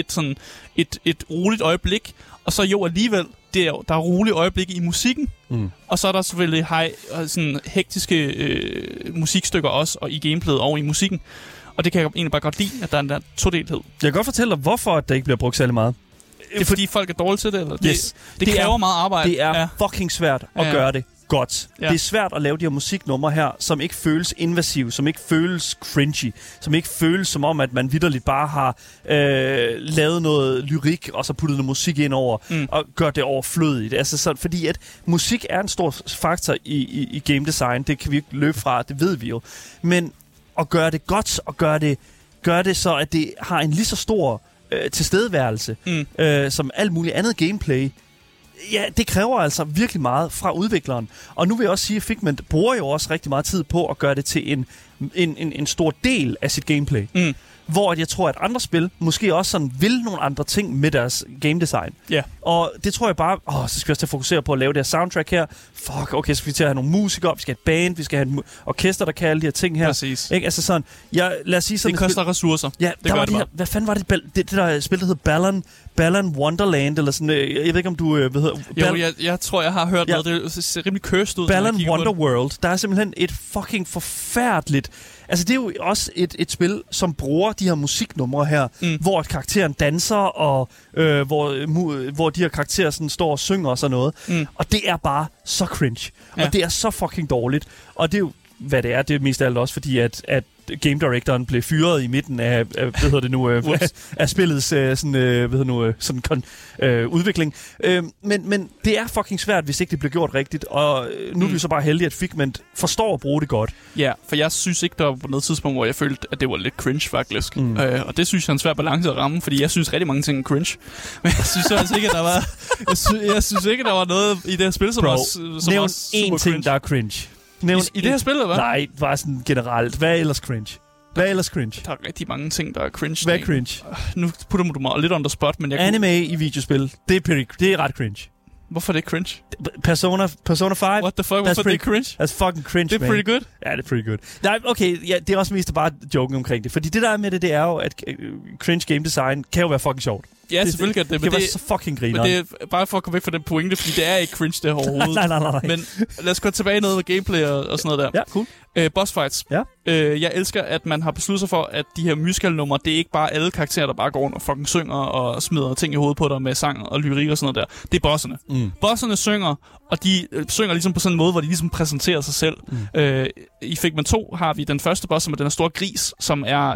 et roligt øjeblik, og så jo alligevel, der er rolige øjeblikke i musikken, og så er der selvfølgelig sådan hektiske musikstykker også, og i gameplayet og i musikken. Og det kan jeg egentlig bare godt lide, at der er en der todelhed. Jeg kan godt fortælle dig, hvorfor der ikke bliver brugt særlig meget. Det er fordi folk er dårlige til det, eller? Yes. Det kræver meget arbejde. Det er fucking svært at gøre det godt. Ja. Det er svært at lave de her musiknumre her, som ikke føles invasive, som ikke føles cringy, som ikke føles som om, at man vitterligt bare har lavet noget lyrik, og så puttet noget musik ind over, og gør det overflødigt. Altså sådan, fordi at musik er en stor faktor i game design, det kan vi ikke løbe fra, det ved vi jo. Men at gøre det godt, og gøre det så, at det har en lige så stor tilstedeværelse, som alt muligt andet gameplay. Ja, det kræver altså virkelig meget fra udvikleren. Og nu vil jeg også sige, at Figment bruger jo også rigtig meget tid på at gøre det til en stor del af sit gameplay. Hvor jeg tror, at andre spil måske også sådan vil nogle andre ting med deres game design. Yeah. Og det tror jeg bare, så skal vi også til at fokusere på at lave det her soundtrack her. Fuck, okay, så skal vi til at have nogle musikere, vi skal have et band, vi skal have et orkester, der kan alle de her ting her. Præcis. Ikke? Altså sådan, lad os sige sådan... Det koster ressourcer. Ja, det var det her, hvad fanden var det der spil, der hed Balan Wonderland, eller sådan, jeg ved ikke, om du jeg tror, jeg har hørt noget, det ser rimelig cursed ud. Balan Wonderworld, der er simpelthen et fucking forfærdeligt... Altså, det er jo også et spil, som bruger de her musiknumre her, hvor karakteren danser, og hvor de her karakterer sådan står og synger og sådan noget. Og det er bare så cringe. Ja. Og det er så fucking dårligt. Og det er jo, hvad det er mest af alt også, fordi at game directoren blev fyret i midten af af spillets udvikling. Men det er fucking svært, hvis ikke det bliver gjort rigtigt. Og nu er vi så bare heldige, at Figment forstår at bruge det godt. Ja, for jeg synes ikke, der var på noget tidspunkt, hvor jeg følte, at det var lidt cringe faktisk. Og det synes jeg er en svær balance at ramme, fordi jeg synes rigtig mange ting er cringe. Men jeg synes altså ikke, at der var... jeg synes ikke, der var noget i det her spil, som også nævn super én ting, der er cringe. I det her spil, eller hvad? Nej, bare sådan generelt. Hvad er ellers cringe? Der er rigtig mange ting, der er cringe. Hvad er cringe? Nu putter du mig lidt on the spot, men anime i videospil, det er ret cringe. Hvorfor er det cringe? Persona 5? What the fuck? Hvorfor er det cringe? That's fucking cringe, det er pretty good. Ja, det er pretty good. Nej, okay, ja, det er også mest bare joken omkring det. Fordi det der er med det er jo, at cringe game design kan jo være fucking sjovt. Ja, selvfølgelig kan det. Det kan være så fucking griner. Men det er bare for at komme væk fra den pointe, fordi det er ikke cringe det overhovedet. nej. Men lad os gå tilbage noget med gameplay og sådan noget der. Ja, cool. Boss fights. Ja. Jeg elsker, at man har besluttet sig for, at de her musical-numre, det er ikke bare alle karakterer, der bare går rundt og fucking synger og smider ting i hovedet på dig med sang og lyrik og sådan noget der. Det er bosserne. Bosserne synger, og de synger ligesom på sådan en måde, hvor de ligesom præsenterer sig selv. I Figment 2 har vi den første boss, som er den her store gris, som er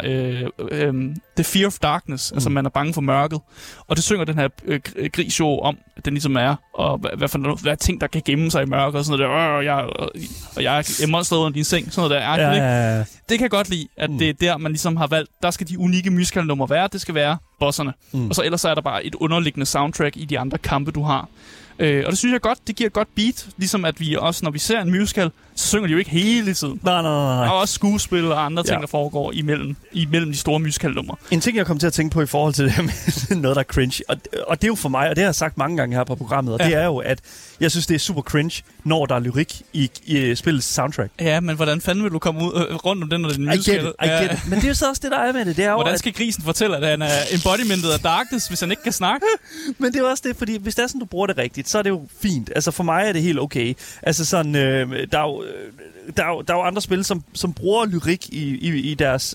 The Fear of Darkness, altså man er bange for mørket. Og det synger den her gris jo om, at den ligesom er, og hvad er ting, der kan gemme sig i mørket og sådan noget der. Jeg er monster under din seng, sådan noget der. Ja. Det kan jeg godt lide, at det er der, man ligesom har valgt, der skal de unikke musical-numre være, det skal være bosserne. Og så ellers er der bare et underliggende soundtrack i de andre kampe, du har. Og det synes jeg godt, det giver et godt beat, ligesom at vi også, når vi ser en musical, så synger de jo ikke hele tiden. Nej. Der er også skuespil og andre ting, der foregår imellem de store musical-numre. En ting, jeg kom til at tænke på i forhold til det her med noget, der er cringe, og det er jo for mig, og det har jeg sagt mange gange her på programmet, og det er jo, at jeg synes, det er super cringe, når der er lyrik i spillets soundtrack. Ja, men hvordan fanden vil du komme ud rundt om den, når det er en musical? I get it. Men det er jo så også det, der er med det. Det er jo, hvordan skal grisen fortælle, at han er embodimentet af darkness, hvis han ikke kan snakke? Men det er også det, fordi hvis det er sådan, du bruger det rigtigt, så er det jo fint. Altså for mig er det helt okay. Altså sådan, der er jo andre spil, som bruger lyrik i deres,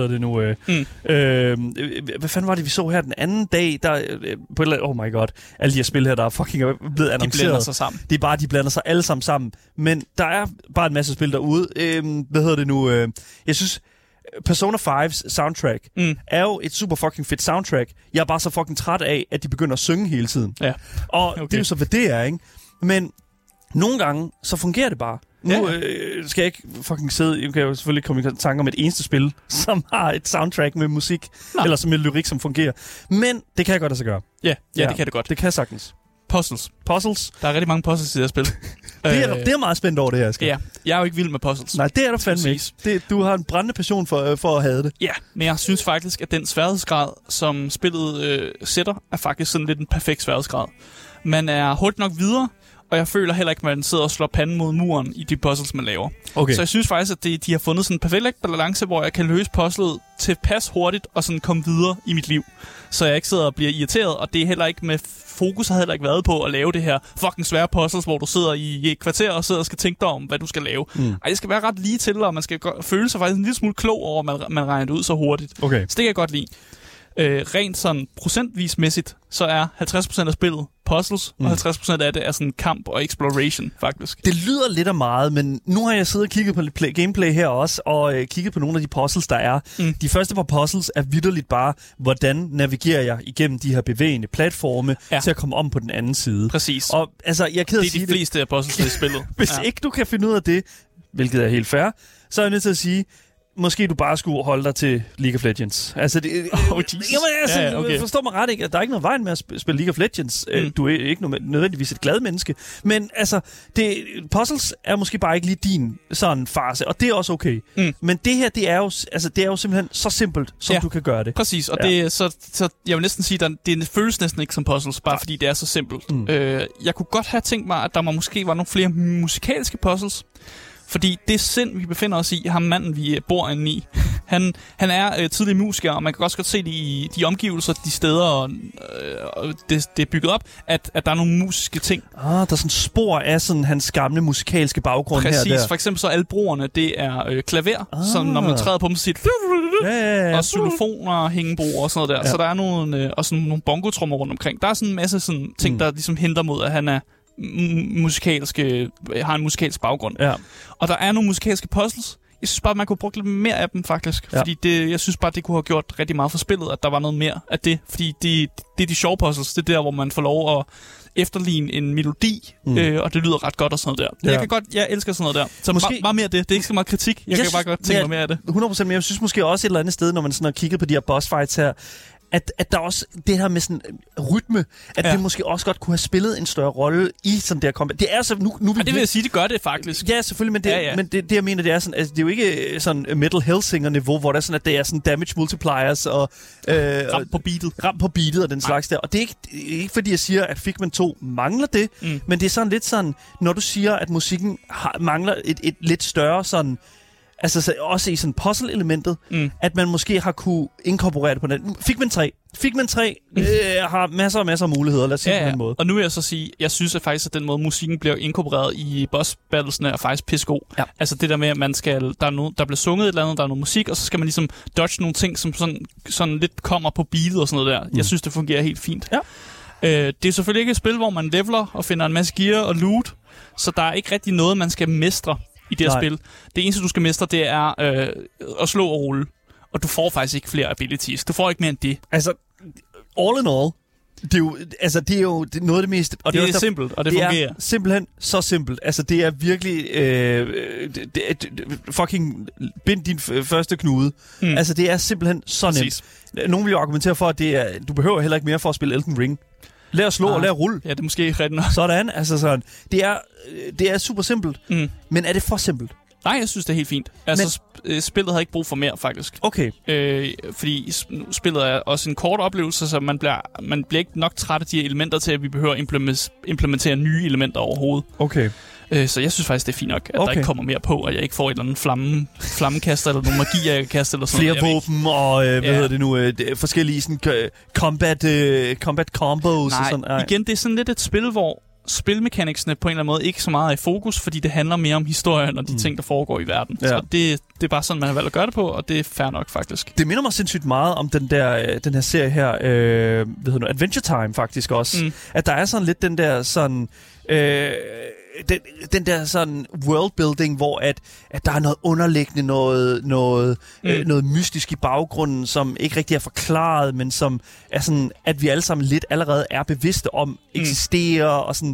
hvad fanden var det, vi så her den anden dag, der på et eller andet, oh my god, alle de her spil her, der er fucking blevet annonceret. De blander sig sammen. Det er bare, de blander sig alle sammen. Men der er bare en masse spil derude. Jeg synes, Persona 5's soundtrack er jo et super fucking fedt soundtrack. Jeg er bare så fucking træt af, at de begynder at synge hele tiden. Ja. Og det er jo så, hvad det er, ikke? Men nogle gange, så fungerer det bare. Nu skal jeg ikke fucking sidde... Jeg kan jo selvfølgelig komme i tanke om et eneste spil, som har et soundtrack med musik, eller som med lyrik, som fungerer. Men det kan jeg godt altså gøre. Ja, det kan det godt. Det kan sagtens. Puzzles. Puzzles? Der er rigtig mange puzzles i det her spil. Det er meget spændt over det her, Asger. Ja, jeg er jo ikke vild med puzzles. Nej, det er du fandme ikke. Du har en brændende passion for at have det. Ja, men jeg synes faktisk, at den sværhedsgrad, som spillet sætter, er faktisk sådan lidt en perfekt sværhedsgrad. Man er hurtigt nok videre, og jeg føler heller ikke, at man sidder og slår panden mod muren i de puzzles, man laver. Okay. Så jeg synes faktisk, at de har fundet sådan en perfekt balance, hvor jeg kan løse puzzlet tilpas hurtigt og sådan komme videre i mit liv. Så jeg ikke sidder og bliver irriteret, og det er heller ikke med fokus har heller ikke været på at lave det her fucking svære puzzles, hvor du sidder i et kvarter og sidder og skal tænke dig om, hvad du skal lave. Ej, det skal være ret lige til, og man skal føle sig faktisk en lille smule klog over, at man regner det ud så hurtigt. Okay. Så det kan jeg godt lide. Rent sådan procentvismæssigt, så er 50% af spillet puzzles, og 50% af det er sådan kamp og exploration, faktisk. Det lyder lidt af meget, men nu har jeg siddet og kigget på lidt gameplay her også, og kigget på nogle af de puzzles, der er. De første par puzzles er vitterligt bare, hvordan navigerer jeg igennem de her bevægende platforme til at komme om på den anden side. Præcis. Og altså, jeg er ked af at sige det er de fleste af puzzles i spillet. Hvis ikke du kan finde ud af det, hvilket er helt fair, så er jeg nødt til at sige, måske du bare skulle holde dig til League of Legends. Altså, okay. Forstår mig ret, ikke? At der er ikke noget vejen med at spille League of Legends. Du er ikke nødvendigvis et glad menneske. Men altså, puzzles er måske bare ikke lige din sådan fase, og det er også okay. Men det her, det er jo simpelthen så simpelt, som du kan gøre det. Præcis, og det så jeg vil næsten sige, at det føles næsten ikke som puzzles, bare fordi det er så simpelt. Jeg kunne godt have tænkt mig, at der måske var nogle flere musikalske puzzles. Fordi det sind, vi befinder os i, ham manden, vi bor inde i, han er tidlig musiker, og man kan også godt se det i de omgivelser, de steder, det er bygget op, at der er nogle musiske ting. Der er sådan spor af sådan hans gamle musikalske baggrund. Præcis. Her der. For eksempel så alle broerne, det er klaver, som når man træder på dem, så siger og xylofoner og hængebroer og sådan noget der. Så der er nogle, og sådan nogle bongotrummer rundt omkring. Der er sådan en masse sådan ting, der ligesom henter mod, at han er har en musikalsk baggrund. Ja. Og der er nogle musikalske puzzles. Jeg synes bare, man kunne bruge lidt mere af dem, faktisk. Ja. Fordi jeg synes bare, det kunne have gjort rigtig meget for spillet, at der var noget mere af det. Fordi det er de sjove puzzles. Det er der, hvor man får lov at efterligne en melodi, og det lyder ret godt og sådan noget der. Jeg elsker sådan noget der. Så måske bare mere af det. Det er ikke så meget kritik. Jeg kan bare godt tænke mig mere af det. 100%, men jeg synes måske også et eller andet sted, når man sådan har kigget på de her boss fights her, at der også det her med sådan rytme, at det måske også godt kunne have spillet en større rolle i sådan der combat. Det er så nu det vil jeg sige, det gør det faktisk. Ja, selvfølgelig, men det jeg mener, det er sådan, altså, det er jo ikke sådan Metal Hellsinger niveau, hvor der er sådan, at det er sådan damage multipliers og ram på beatet og den slags der. Og det er ikke fordi jeg siger, at Figment 2 mangler det, men det er sådan lidt sådan, når du siger, at musikken mangler et lidt større sådan. Altså også i sådan puzzle-elementet, at man måske har kunne inkorporere det på den. Figment 3 har masser af muligheder, lad os sige på den måde. Og nu vil jeg så sige, jeg synes at faktisk, at den måde musikken bliver inkorporeret i boss-battlesene er faktisk pissegod. Ja. Altså det der med, at man skal, der bliver sunget et eller andet, der er noget musik, og så skal man ligesom dodge nogle ting, som sådan lidt kommer på beatet og sådan noget der. Jeg synes, det fungerer helt fint. Ja. Det er selvfølgelig ikke et spil, hvor man leveler og finder en masse gear og loot, så der er ikke rigtig noget, man skal mestre i det her spil. Det eneste, du skal mestre, det er at slå og rulle. Og du får faktisk ikke flere abilities. Du får ikke mere end det. Altså, all in all, det er jo noget af det mest. Og det er simpelt, og det fungerer. Det er simpelthen så simpelt. Altså, det er virkelig fucking bind din første knude. Altså, det er simpelthen så nemt. Nogen vil jo argumentere for, at du behøver heller ikke mere for at spille Elden Ring. Lad at slå og lad at rulle. Ja, det er måske ikke rigtigt nok. Sådan, altså sådan. Det er super simpelt, men er det for simpelt? Nej, jeg synes, det er helt fint. Altså, spillet havde ikke brug for mere, faktisk. Okay. Fordi spillet er også en kort oplevelse, så man bliver ikke nok træt af de her elementer til, at vi behøver at implementere nye elementer overhovedet. Okay. Så jeg synes faktisk, det er for fint nok, at der ikke kommer mere på, og jeg ikke får et eller andet flammekaster, eller nogle magi, jeg kan kaste, eller sådan noget. Flere våben, og hvad hedder det nu, forskellige sådan, combat combos. Nej, og sådan. Igen, det er sådan lidt et spil, hvor spilmekaniksene på en eller anden måde ikke så meget er i fokus, fordi det handler mere om historien og de ting, der foregår i verden. Ja. Så det er bare sådan, man har valgt at gøre det på, og det er fair nok, faktisk. Det minder mig sindssygt meget om den her serie her, Adventure Time, faktisk også. At der er sådan lidt den der sådan... den der sådan worldbuilding, hvor at der er noget underliggende, noget mystisk i baggrunden, som ikke rigtig er forklaret, men som er sådan, at vi alle sammen lidt allerede er bevidste om eksisterer, og sådan.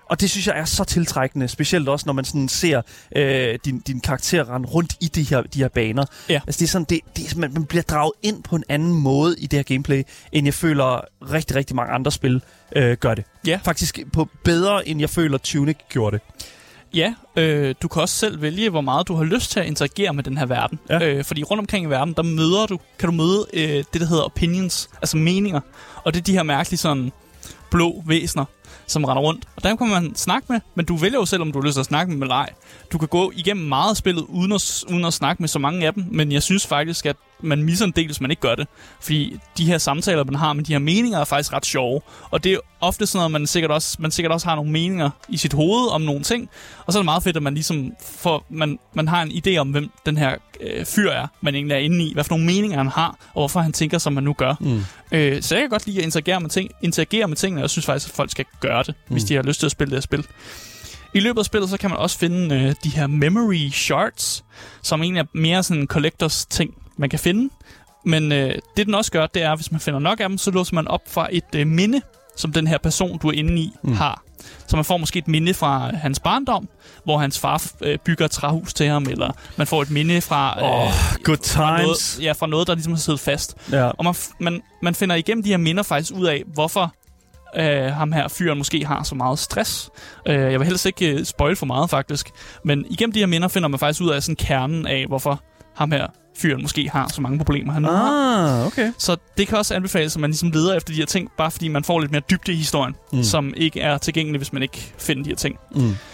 Og det synes jeg er så tiltrækkende, specielt også, når man sådan ser din karakter rende rundt i de her baner. Ja. Altså det er sådan, man bliver draget ind på en anden måde i det her gameplay, end jeg føler rigtig, rigtig mange andre spil gør det. Ja. Faktisk på bedre, end jeg føler Tunic gjorde det. Ja, du kan også selv vælge, hvor meget du har lyst til at interagere med den her verden. Ja. Fordi rundt omkring i verden, der kan du møde det, der hedder opinions, altså meninger. Og det er de her mærkelige sådan blå væsener, som render rundt. Og dem kan man snakke med, men du vælger jo selv, om du har lyst til at snakke med eller ej. Du kan gå igennem meget af spillet, uden at snakke med så mange af dem, men jeg synes faktisk, at man misser en del, hvis man ikke gør det. Fordi de her samtaler, man har med de her meninger, er faktisk ret sjove. Og det er ofte sådan noget, man sikkert også har nogle meninger i sit hoved om nogle ting. Og så er det meget fedt, at man ligesom man har en idé om, hvem den her fyr er, man egentlig er inde i. Hvad for nogle meninger han har, og hvorfor han tænker, som man nu gør. Så jeg kan godt lide at interagere med tingene, og jeg synes faktisk, at folk skal gøre det, hvis de har lyst til at spille det her spil. I løbet af spillet, så kan man også finde de her memory shards, som egentlig er mere sådan en collectors ting, man kan finde. Men det den også gør, det er, at hvis man finder nok af dem, så låser man op fra et minde, som den her person, du er inde i, har. Så man får måske et minde fra hans barndom, hvor hans far bygger et træhus til ham, eller man får et minde fra... good times. Fra noget, der ligesom har siddet fast. Ja. Og man finder igennem de her minder faktisk ud af, hvorfor ham her fyren måske har så meget stress. Jeg vil helst ikke spoil for meget, faktisk. Men igennem de her minder finder man faktisk ud af sådan kernen af, hvorfor ham her fyren måske har så mange problemer, han nu har. Okay. Så det kan også anbefales, at man ligesom leder efter de her ting, bare fordi man får lidt mere dybde i historien, som ikke er tilgængelig, hvis man ikke finder de her ting.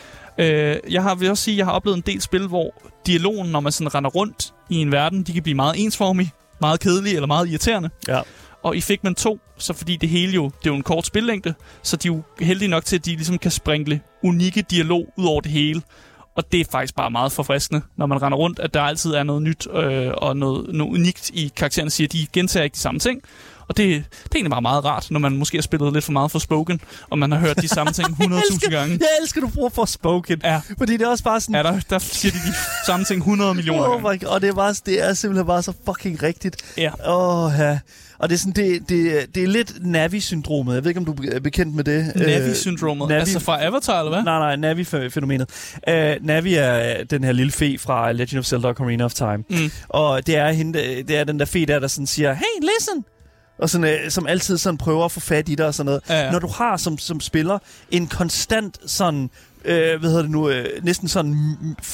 Vil også sige, at jeg har oplevet en del spil, hvor dialogen, når man sådan render rundt i en verden, de kan blive meget ensformig, meget kedelig eller meget irriterende. Ja. Og i Figment 2, så fordi det er jo en kort spillængde, så de er jo heldige nok til, at de ligesom kan sprinkle unikke dialog ud over det hele. Og det er faktisk bare meget forfriskende, når man render rundt, at der altid er noget nyt og noget unikt i karaktererne, siger, at de gentager ikke de samme ting. Og det er egentlig bare meget rart, når man måske har spillet lidt for meget Forspoken, og man har hørt de samme ting 100.000 gange. Jeg elsker, du bruger Forspoken. Ja. Fordi det er også bare sådan... Ja, der siger de samme ting 100 millioner gange. My God. Og det er simpelthen bare så fucking rigtigt. Ja. Ja. Og det er sådan, det er lidt Navi-syndromet. Jeg ved ikke, om du er bekendt med det. Navi-syndromet? Altså fra Avatar, eller hvad? Nej, Navi-fænomenet. Navi er den her lille fe fra Legend of Zelda Ocarina of Time. Og det er den der fe der sådan siger, hey, listen! Og sådan, som altid sådan prøver at få fat i dig og sådan noget. Ja. Når du har som spiller en konstant sådan... næsten sådan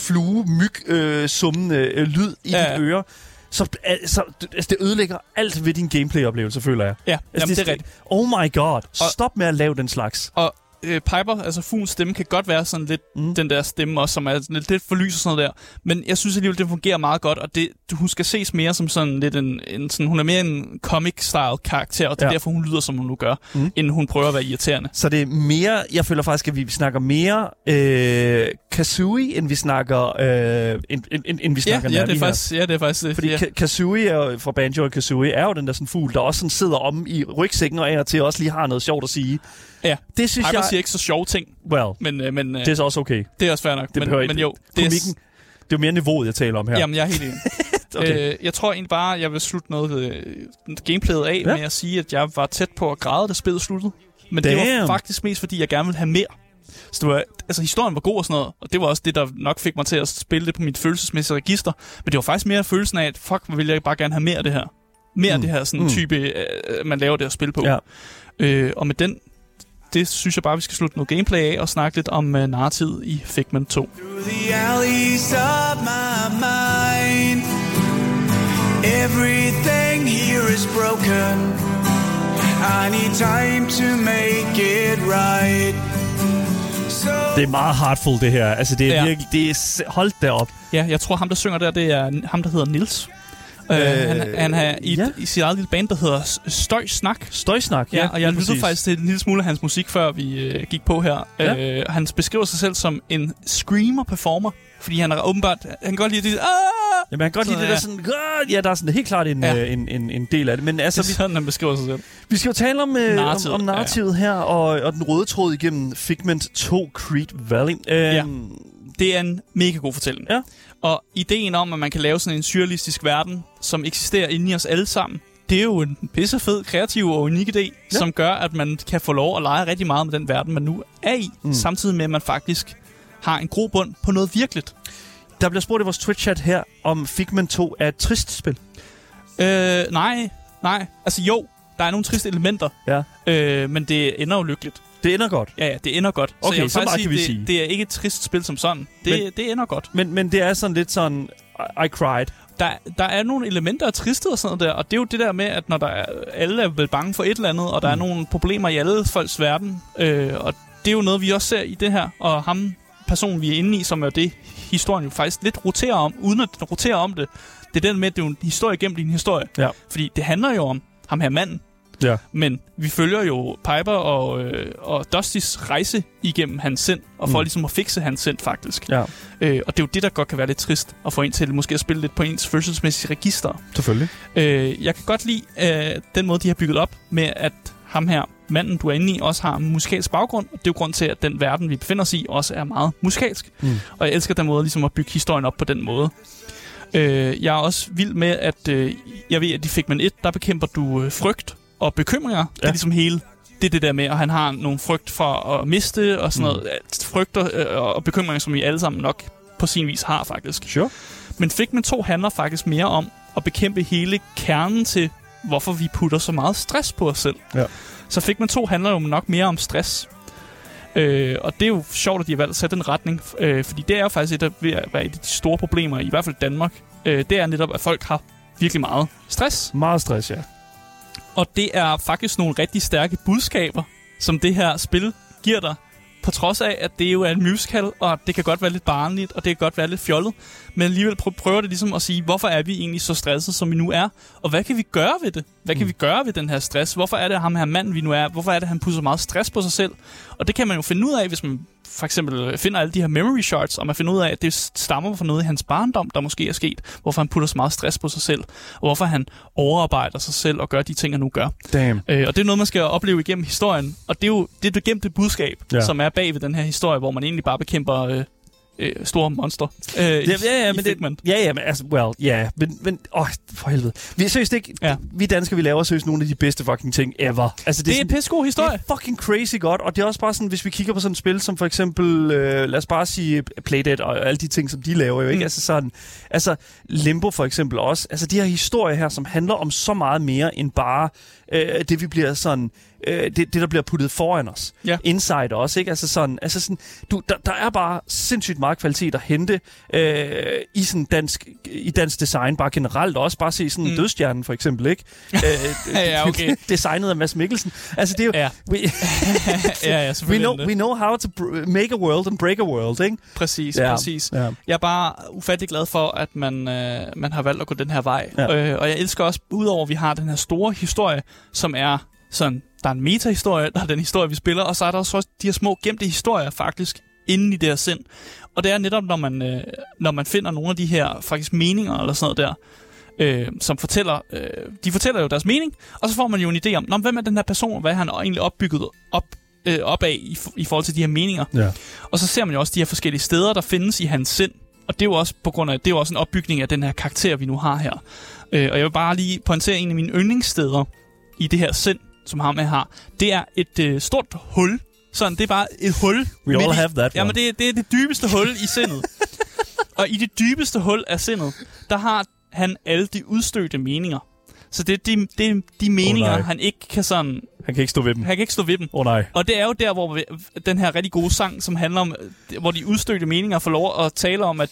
myg-summende lyd i dit øre, så det ødelægger alt ved din gameplay-oplevelse, føler jeg. Ja, altså, det er rigtigt. Oh my god, stop med at lave den slags. Og Piper, altså fuglens stemme, kan godt være sådan lidt den der stemme også, som er lidt for lys og sådan noget der. Men jeg synes alligevel, det fungerer meget godt, og hun skal ses mere som sådan lidt sådan, hun er mere en comic-style karakter, og det er derfor, hun lyder, som hun nu gør, end hun prøver at være irriterende. Så det er mere, jeg føler faktisk, at vi snakker mere Kazooie, end vi snakker Navi det er faktisk, det er faktisk det. Fordi Kazooie fra Banjo og Kazooie er jo den der sådan fugl, der også sådan sidder om i rygsækken og af og til også lige har noget sjovt at sige. Ja, det synes jeg siger ikke så sjove ting. Men det er så også okay. Det er også fair nok. Men jo, det er jo mere niveauet, jeg taler om her. Jamen, jeg er helt enig. Okay. Jeg tror egentlig bare, jeg vil slutte noget gameplayet af med at sige, at jeg var tæt på at græde, da spillet sluttede. Men det var faktisk mest, fordi jeg gerne ville have mere. Så det var, historien var god og sådan noget, og det var også det, der nok fik mig til at spille det på mit følelsesmæssige register. Men det var faktisk mere følelsen af, at fuck, hvor vil jeg bare gerne have mere af det her. Mere af det her sådan type, man laver det at spille på. Ja. Og med den... Det synes jeg bare, vi skal slutte noget gameplay af og snakke lidt om narrativet i Figment 2. Everything here is broken. I need time to make it right. Det er meget heartful, det her. Altså, det er virkelig... Det er holdt derop. Ja, jeg tror, ham, der synger der, det er ham, der hedder Nils. Han er i sit eget lille band, der hedder Støjsnak. Støjsnak, ja. Og jeg lyttede faktisk til en lille smule af hans musik, før vi gik på her. Ja. Han beskriver sig selv som en screamer-performer, fordi han er åbenbart... Han kan godt lide det... Jamen, han kan godt lide det der sådan... Ja, der er sådan helt klart en del af det. Men altså, det er sådan, han beskriver sig selv. Vi skal jo tale om narrativet her, og den røde tråd igennem Figment 2 Creed Valley. Det er en mega god fortælling. Ja. Og ideen om, at man kan lave sådan en surrealistisk verden, som eksisterer inde i os alle sammen, det er jo en pissefed, kreativ og unik idé, som gør, at man kan få lov at lege rigtig meget med den verden, man nu er i, samtidig med, at man faktisk har en grobund på noget virkeligt. Der bliver spurgt i vores Twitch-chat her, om Figment 2 er et trist spil. Nej. Altså jo, der er nogle triste elementer, men det ender jo lykkeligt. Det ender godt? Ja, det ender godt. Okay, så meget kan vi sige. Det er ikke et trist spil som sådan. Det ender godt. Men det er sådan lidt sådan, I cried. Der er nogle elementer af tristhed og sådan noget der, og det er jo det der med, at når alle er vel bange for et eller andet, og der er nogle problemer i alle folks verden, og det er jo noget, vi også ser i det her, og personen, vi er inde i, som er det, historien jo faktisk lidt roterer om, uden at den roterer om det. Det er den med, at det er jo en historie gennem din historie. Ja. Fordi det handler jo om ham her manden. Ja. Men vi følger jo Piper og Dustys rejse igennem hans sind, og for ligesom at fikse hans sind, faktisk. Ja. Og det er jo det, der godt kan være lidt trist, at få en til måske at spille lidt på ens følelsesmæssige register. Selvfølgelig. Jeg kan godt lide den måde, de har bygget op med, at ham her, manden, du er inde i, også har en musikalsk baggrund, og det er jo grund til, at den verden, vi befinder os i, også er meget musikalsk. Og jeg elsker den måde ligesom at bygge historien op på den måde. Jeg er også vild med, at jeg ved, at i Figment 1, der bekæmper du frygt og bekymringer. Ja. Det er ligesom hele det der med, at han har nogle frygt for at miste, og sådan noget. Frygter og bekymringer, som vi alle sammen nok på sin vis har, faktisk. Sure. Men Figment 2 handler faktisk mere om at bekæmpe hele kernen til, hvorfor vi putter så meget stress på os selv. Ja. Så Figment 2 handler jo nok mere om stress. Og det er jo sjovt, at de har valgt at sætte en retning, fordi det er jo faktisk et af de store problemer, i hvert fald Danmark. Det er netop, at folk har virkelig meget stress. Meget stress, ja. Og det er faktisk nogle rigtig stærke budskaber, som det her spil giver dig. På trods af, at det jo er en musical, og det kan godt være lidt barnligt, og det kan godt være lidt fjollet. Men alligevel prøver det ligesom at sige, hvorfor er vi egentlig så stresset, som vi nu er? Og hvad kan vi gøre ved det? Hvad kan vi gøre ved den her stress? Hvorfor er det ham her mand, vi nu er? Hvorfor er det, han putter meget stress på sig selv? Og det kan man jo finde ud af, hvis man for eksempel finder alle de her memory shards, og man finder ud af, at det stammer fra noget i hans barndom, der måske er sket. Hvorfor han putter så meget stress på sig selv. Og hvorfor han overarbejder sig selv og gør de ting, han nu gør. Damn. Og det er noget, man skal opleve igennem historien. Og det er jo det gemte budskab, som er bag ved den her historie, hvor man egentlig bare bekæmper store monster. Men for helvede. Vi er seriøst ikke... Ja. Vi danskere, vi laver seriøst nogle af de bedste fucking ting ever. Altså, det er en pissegod historie. Det er fucking crazy godt, og det er også bare sådan, hvis vi kigger på sådan et spil, som for eksempel, lad os bare sige Playdead og alle de ting, som de laver jo, ikke? Altså sådan... Altså, Limbo for eksempel også. Altså, de her historier her, som handler om så meget mere end bare det, vi bliver sådan... Det, der bliver puttet foran os. Ja. Inside også, ikke? Altså sådan, der er bare sindssygt meget kvalitet at hente i sådan dansk design, bare generelt også. Bare se sådan Dødstjernen for eksempel, ikke? Ja, okay. Designet af Mads Mikkelsen. Altså det er jo... Ja. We know how to make a world and break a world, ikke? Præcis. Ja. Jeg er bare ufattelig glad for, at man har valgt at gå den her vej. Ja. Og jeg elsker også, udover at vi har den her store historie, som er sådan... Der er en metahistorie, der er den historie, vi spiller, og så er der også de her små gemte historier faktisk inde i det her sind. Og det er netop, når man finder nogle af de her faktisk meninger eller sådan noget der, som fortæller, de fortæller jo deres mening, og så får man jo en idé om, hvem er den her person, hvad er han egentlig opbygget op af i forhold til de her meninger. Ja. Og så ser man jo også de her forskellige steder, der findes i hans sind. Og det er jo også på grund af, det er jo også en opbygning af den her karakter, vi nu har her. Og jeg vil bare lige pointere en af mine yndlingssteder i det her sind, som ham har. Det er et stort hul. Sådan, det er bare et hul. We all have that one. Jamen, det er det dybeste hul i sindet. Og i det dybeste hul af sindet, der har han alle de udstødte meninger. Så det er de meninger, han ikke kan sådan... Han kan ikke stå ved dem. Han kan ikke stå ved dem. Nej. Og det er jo der, hvor den her rigtig gode sang, som handler om, hvor de udstødte meninger får lov at tale om, at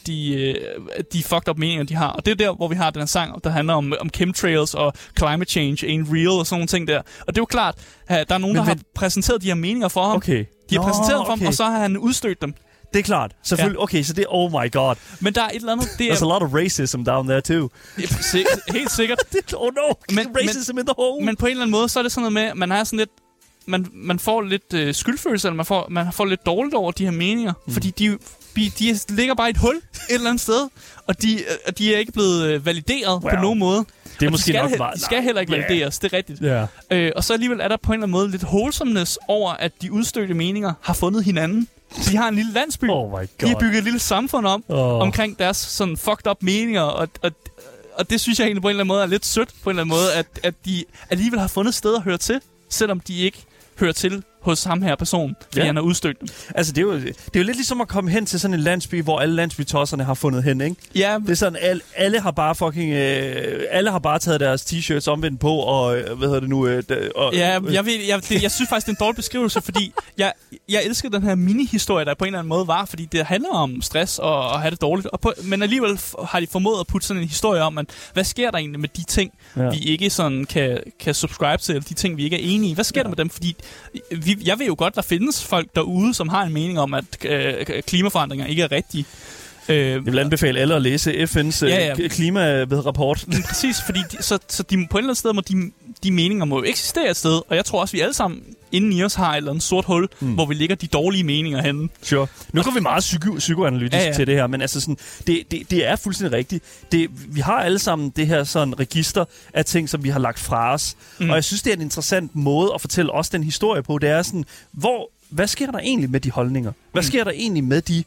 de fucked up meninger, de har. Og det er der, hvor vi har den her sang, der handler om chemtrails og climate change ain't real og sådan nogle ting der. Og det er jo klart, at der er nogen, der har præsenteret de her meninger for ham. Okay. De har præsenteret dem for ham, og så har han udstødt dem. Det er klart. Selvfølgelig. Ja. Okay, så det er... Oh my god. Men der er et eller andet... There's a lot of racism down there, too. Helt sikkert. Oh no! Racism in the hole! Men på en eller anden måde, så er det sådan noget med, at man er sådan lidt... Man får lidt skyldfølelse, eller man får lidt dårligt over de her meninger. Fordi de ligger bare i et hul et eller andet sted. Og de er ikke blevet valideret på nogen måde. Det er måske nok bare... De skal heller ikke valideres, det er rigtigt. Yeah. Og så alligevel er der på en eller anden måde lidt wholesomeness over, at de udstødte meninger har fundet hinanden. De har en lille landsby. Oh my God. De har bygget et lille samfund omkring deres sådan fucked up meninger, og det synes jeg egentlig på en eller anden måde er lidt sødt, på en eller anden måde, at de alligevel har fundet sted at høre til, selvom de ikke hører til hos ham her person, fordi han er udstødt. Altså, det er jo lidt ligesom at komme hen til sådan en landsby, hvor alle landsbytosserne har fundet hen, ikke? Ja. Det er sådan, alle har bare fucking... alle har bare taget deres t-shirts omvendt på, og hvad hedder det nu? Jeg synes faktisk, det er en dårlig beskrivelse, fordi jeg elsker den her mini-historie, der på en eller anden måde var, fordi det handler om stress og at have det dårligt. Men alligevel har de formået at putte sådan en historie om, at hvad sker der egentlig med de ting, vi ikke sådan kan subscribe til, eller de ting, vi ikke er enige i? Hvad sker der med dem? Fordi jeg ved jo godt, der findes folk derude, som har en mening om, at klimaforandringer ikke er rigtige. Jeg vil anbefale alle at læse FN's klimarapport. Præcis, fordi så de, på en eller anden sted må de meninger må jo eksistere et sted, og jeg tror også, vi alle sammen inden i os har et eller andet sort hul, hvor vi ligger de dårlige meninger henne. Sure. Nu går vi meget psykoanalytisk til det her, men altså sådan, det er fuldstændig rigtigt. Vi har alle sammen det her sådan register af ting, som vi har lagt fra os, og jeg synes, det er en interessant måde at fortælle os den historie på. Det er sådan, hvad sker der egentlig med de holdninger? Hvad sker der egentlig med de,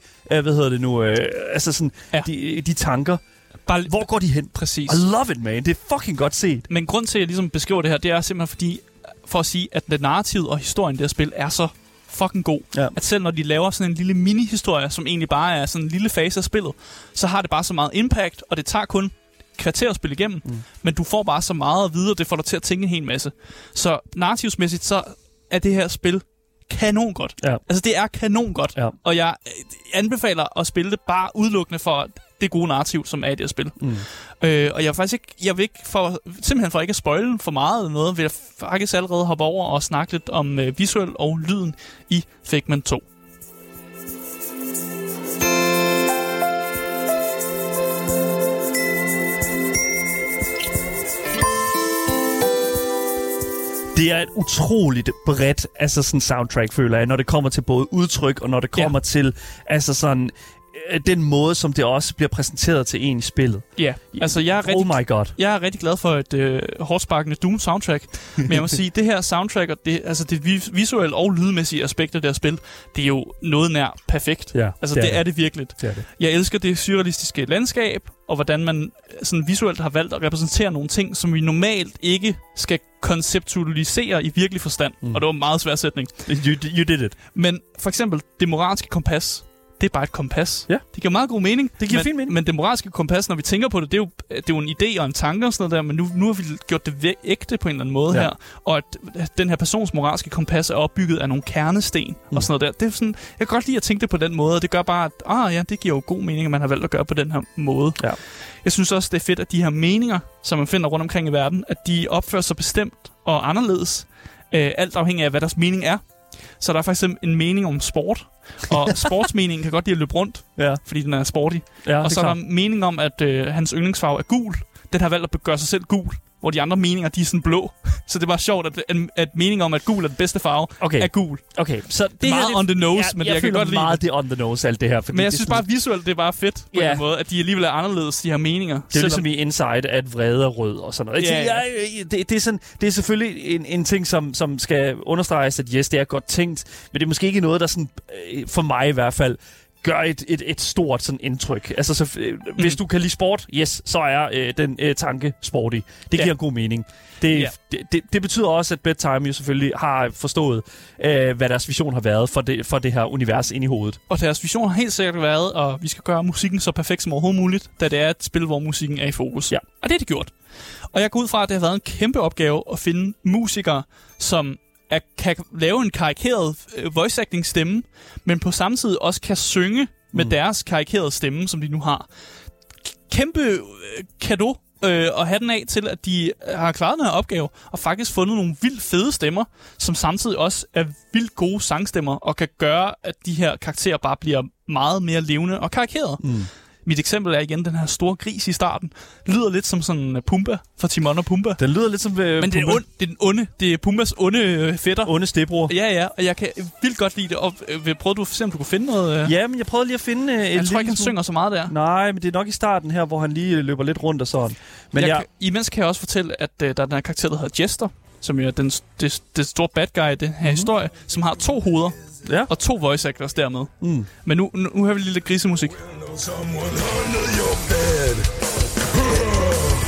de tanker? Hvor går de hen? Præcis. I love it, man. Det er fucking godt set. Men grund til, at jeg ligesom beskriver det her, det er simpelthen fordi, for at sige, at det narrativ og historien i det her spil er så fucking god. Ja. At selv når de laver sådan en lille mini-historie, som egentlig bare er sådan en lille fase af spillet, så har det bare så meget impact, og det tager kun kvarter at spille igennem. Men du får bare så meget at vide, og det får dig til at tænke en hel masse. Så narrativsmæssigt, så er det her spil kanon godt. Ja. Altså, det er kanon godt. Ja. Og jeg anbefaler at spille det bare udelukkende for det gode narrativ, som er i det her spil. Og jeg vil ikke simpelthen for ikke at spoile for meget eller noget, vil jeg faktisk allerede hoppe over og snakke lidt om visuel og lyden i Figment 2. Det er et utroligt bredt sådan soundtrack, føler jeg, når det kommer til både udtryk, og når det kommer til sådan den måde, som det også bliver præsenteret til en i spillet. Ja, altså jeg er rigtig glad for et hårdsparkende Doom-soundtrack, men jeg må sige, det her soundtrack, og det visuelle og lydmæssige aspekt af det her spil, det er jo noget nær perfekt. Ja, altså det er det virkelig. Det er det. Jeg elsker det surrealistiske landskab, og hvordan man sådan visuelt har valgt at repræsentere nogle ting, som vi normalt ikke skal konceptualisere i virkelig forstand. Og det var en meget svær sætning. You did it. Men for eksempel, det moralske kompas, det er bare et kompas. Ja. Det giver meget god mening. Det giver fin mening. Men det moralske kompas, når vi tænker på det, det er jo en idé og en tanke og sådan noget der, men nu har vi gjort det ægte på en eller anden måde her. Og at den her persons moralske kompas er opbygget af nogle kernesten og sådan noget der. Det er sådan, jeg kan godt lide at tænke det på den måde, og det gør bare, at det giver jo god mening, at man har valgt at gøre på den her måde. Ja. Jeg synes også, det er fedt, at de her meninger, som man finder rundt omkring i verden, at de opfører sig bestemt og anderledes, alt afhængig af, hvad deres mening er. Så der er faktisk en mening om sport, og sportsmeningen kan godt lide at løbe rundt, fordi den er sporty. Ja, og så er der mening om, at hans yndlingsfarve er gul. Den har valgt at gøre sig selv gul, hvor de andre meninger, de er sådan blå. Så det er bare sjovt, at meningen om, at gul er den bedste farve, er gul. Okay, så det er meget on the nose, men jeg kan godt lide meget det on the nose, alt det her. Men jeg synes bare visuelt, det er bare fedt på en måde, at de alligevel er anderledes, de her meninger. Det er ligesom i Inside, at vrede er rød og sådan noget. Det er selvfølgelig en ting, som skal understreges, at yes, det er godt tænkt, men det er måske ikke noget, der sådan, for mig i hvert fald, gør et stort sådan indtryk. Altså, hvis du kan lide sport, så er den tanke sporty. Det giver god mening. Det betyder også, at Bedtime jo selvfølgelig har forstået, hvad deres vision har været for det her univers ind i hovedet. Og deres vision har helt sikkert været, at vi skal gøre musikken så perfekt som overhovedet muligt, da det er et spil, hvor musikken er i fokus. Ja. Og det er det gjort. Og jeg går ud fra, at det har været en kæmpe opgave at finde musikere, som kan lave en karikeret voice acting stemme, men på samme tid også kan synge med deres karikerede stemme, som de nu har. Kæmpe cadeau at have den af til, at de har klaret den her opgave og faktisk fundet nogle vildt fede stemmer, som samtidig også er vildt gode sangstemmer og kan gøre, at de her karakterer bare bliver meget mere levende og karikerede. Mit eksempel er igen den her store gris i starten. Lyder lidt som sådan Pumba fra Timon og Pumba. Den lyder lidt som men det er den onde. Det er Pumbas onde fætter. Onde stedbror. Ja, og jeg kan vildt godt lide det. Og prøvede du at se, om du kunne finde noget? Ja, men jeg prøvede lige at finde jeg tror ikke, han synger så meget der. Nej, men det er nok i starten her, hvor han lige løber lidt rundt og sådan. Men imens kan jeg også fortende, at der er den her karakter, der hedder Jester, som jo er det store bad guy i den her historie, som har 2 hoveder. Ja. Og 2 voice actors dermed. Men nu har vi lidt grisemusik.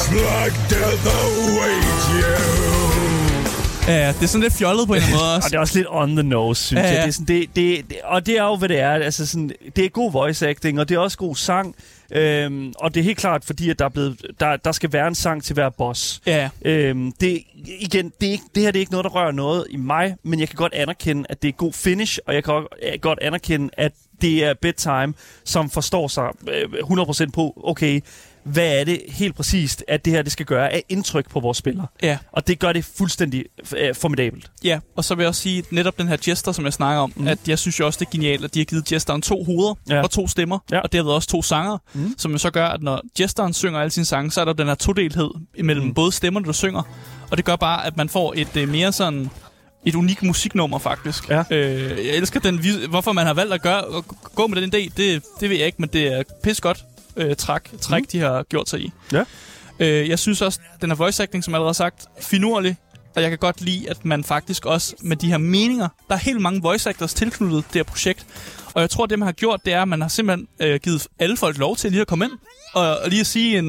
like death awaits you. Ja, det er sådan lidt fjollet på en eller anden måde også. Og det er også lidt on the nose, synes jeg. Det er sådan, og det er jo, hvad det er. Altså sådan, det er god voice acting, og det er også god sang. Og det er helt klart, fordi at der skal være en sang til hver boss. Ja. Det her er ikke noget, der rører noget i mig, men jeg kan godt anerkende, at det er god finish, og jeg kan godt anerkende, at det er Bedtime, som forstår sig 100% på, okay, hvad er det helt præcist, at det her det skal gøre af indtryk på vores spillere. Ja. Og det gør det fuldstændig formidabelt. Ja, og så vil jeg også sige, netop den her Jester, som jeg snakker om, at jeg synes jo også, det er genialt, at de har givet Jesteren 2 hoveder og 2 stemmer, og derved også 2 sanger, som jo så gør, at når Jesteren synger alle sine sange, så er der den her todelhed imellem både stemmerne, der synger, og det gør bare, at man får et mere sådan et unikt musiknummer, faktisk. Ja. Jeg elsker den, hvorfor man har valgt at gå med den idé, det ved jeg ikke, men det er pis godt træk de har gjort sig i. Ja. Jeg synes også, den her voice acting, som jeg allerede har sagt, finurlig, og jeg kan godt lide, at man faktisk også med de her meninger, der er helt mange voice actors tilknyttet det her projekt, og jeg tror, det man har gjort, det er, at man har simpelthen givet alle folk lov til lige at komme ind, og lige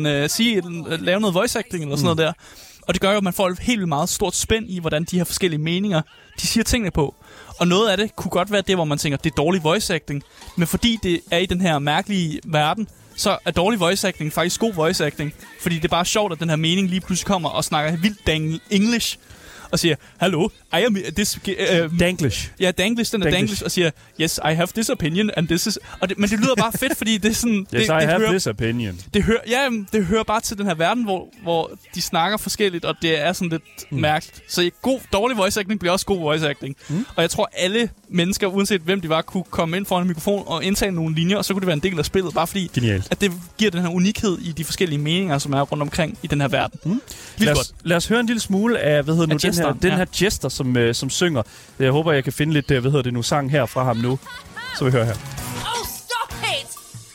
at lave noget voice acting eller sådan noget der. Og det gør jo, at man får et helt meget stort spænd i, hvordan de her forskellige meninger, de siger tingene på. Og noget af det kunne godt være det, hvor man tænker, det er dårlig voice acting. Men fordi det er i den her mærkelige verden, så er dårlig voice acting faktisk god voice acting. Fordi det er bare sjovt, at den her mening lige pludselig kommer og snakker vildt English. Og siger, hello, I am this... Danglish. Ja, Danglish, den er Danglish. Og siger, yes, I have this opinion, and this is... Men det lyder bare fedt, fordi det er sådan... Yes, I have this opinion. Det hører bare til den her verden, hvor de snakker forskelligt, og det er sådan lidt mærkeligt. Så dårlig voice acting bliver også god voice acting. Og jeg tror, alle mennesker, uanset hvem de var, kunne komme ind foran en mikrofon og indtage nogle linjer, og så kunne det være en del af spillet, bare fordi at det giver den her unikhed i de forskellige meninger, som er rundt omkring i den her verden. Lad os høre en lille smule af, den her Jester, som synger. Jeg håber, jeg kan finde lidt, sang her fra ham nu. Så vi hører her. Oh, stop it!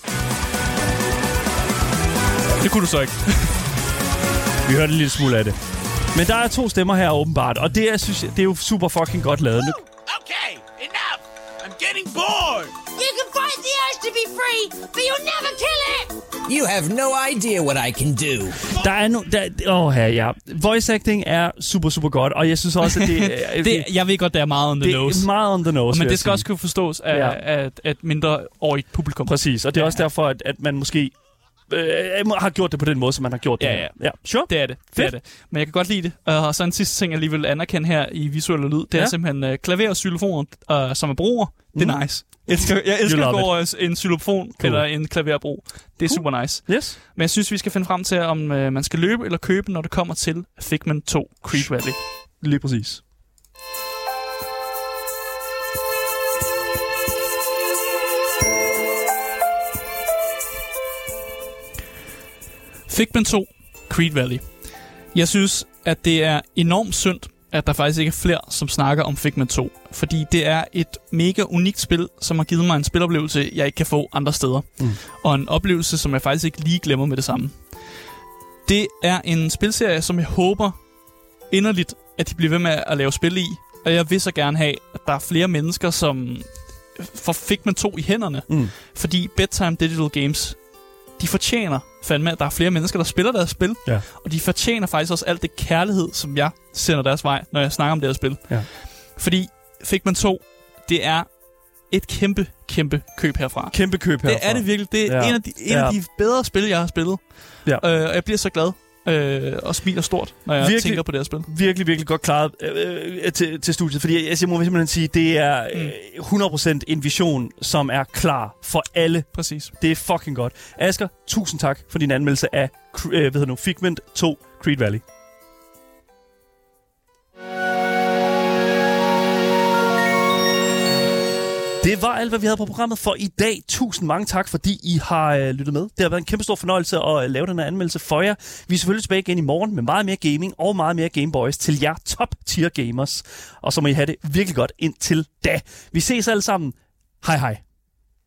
Det kunne du så ikke. Vi hørte en lille smule af det. Men der er 2 stemmer her åbenbart, og det er jo super fucking godt lavet. Okay, enough! I'm getting bored! You can fight the urge to be free, but you'll never kill it! You have no idea what I can do. Voice acting er super, super godt, og jeg synes også, at det... jeg ved godt, det er meget on the nose. Det er meget on the nose, men det skal også kunne forstås af et mindreårigt publikum. Præcis, og det er også derfor, at man måske har gjort det på den måde, som man har gjort det. Ja. Sure. Det er det. Men jeg kan godt lide det. Og så en sidste ting, jeg lige vil anerkende her i visuel lyd, det er simpelthen klaver og xylofon, som er bruger. Det er nice. Jeg elsker at gå over en xylofon eller en klaverbrug. Det er super nice. Yes. Men jeg synes, vi skal finde frem til, om man skal løbe eller købe, når det kommer til Figment 2 Creed Valley. Lige præcis. Figment 2 Creed Valley. Jeg synes, at det er enormt synd, at der faktisk ikke er flere, som snakker om Figment 2. Fordi det er et mega unikt spil, som har givet mig en spiloplevelse, jeg ikke kan få andre steder. Og en oplevelse, som jeg faktisk ikke lige glemmer med det samme. Det er en spilserie, som jeg håber inderligt, at de bliver ved med at lave spil i. Og jeg vil så gerne have, at der er flere mennesker, som får Figment 2 i hænderne. Fordi Bedtime Digital Games, de fortjener fandme, at der er flere mennesker, der spiller deres spil. Ja. Og de fortjener faktisk også alt det kærlighed, som jeg sender deres vej, når jeg snakker om deres spil. Ja. Fordi Figment 2, det er et kæmpe køb herfra. Kæmpe køb herfra. Det er det virkelig. Det er en af de bedre spil, jeg har spillet. Ja. Og jeg bliver så glad og smiler stort, når jeg tænker på det her spil. Virkelig godt klaret til studiet. Fordi jeg må simpelthen sige, det er 100% en vision, som er klar for alle. Præcis. Det er fucking godt. Asger, tusind tak for din anmeldelse af Figment 2 Creed Valley. Det var alt, hvad vi havde på programmet for i dag. Tusind mange tak, fordi I har lyttet med. Det har været en kæmpe stor fornøjelse at lave den her anmeldelse for jer. Vi er selvfølgelig tilbage igen i morgen med meget mere gaming og meget mere Gameboys til jer top-tier gamers. Og så må I have det virkelig godt indtil da. Vi ses alle sammen. Hej hej.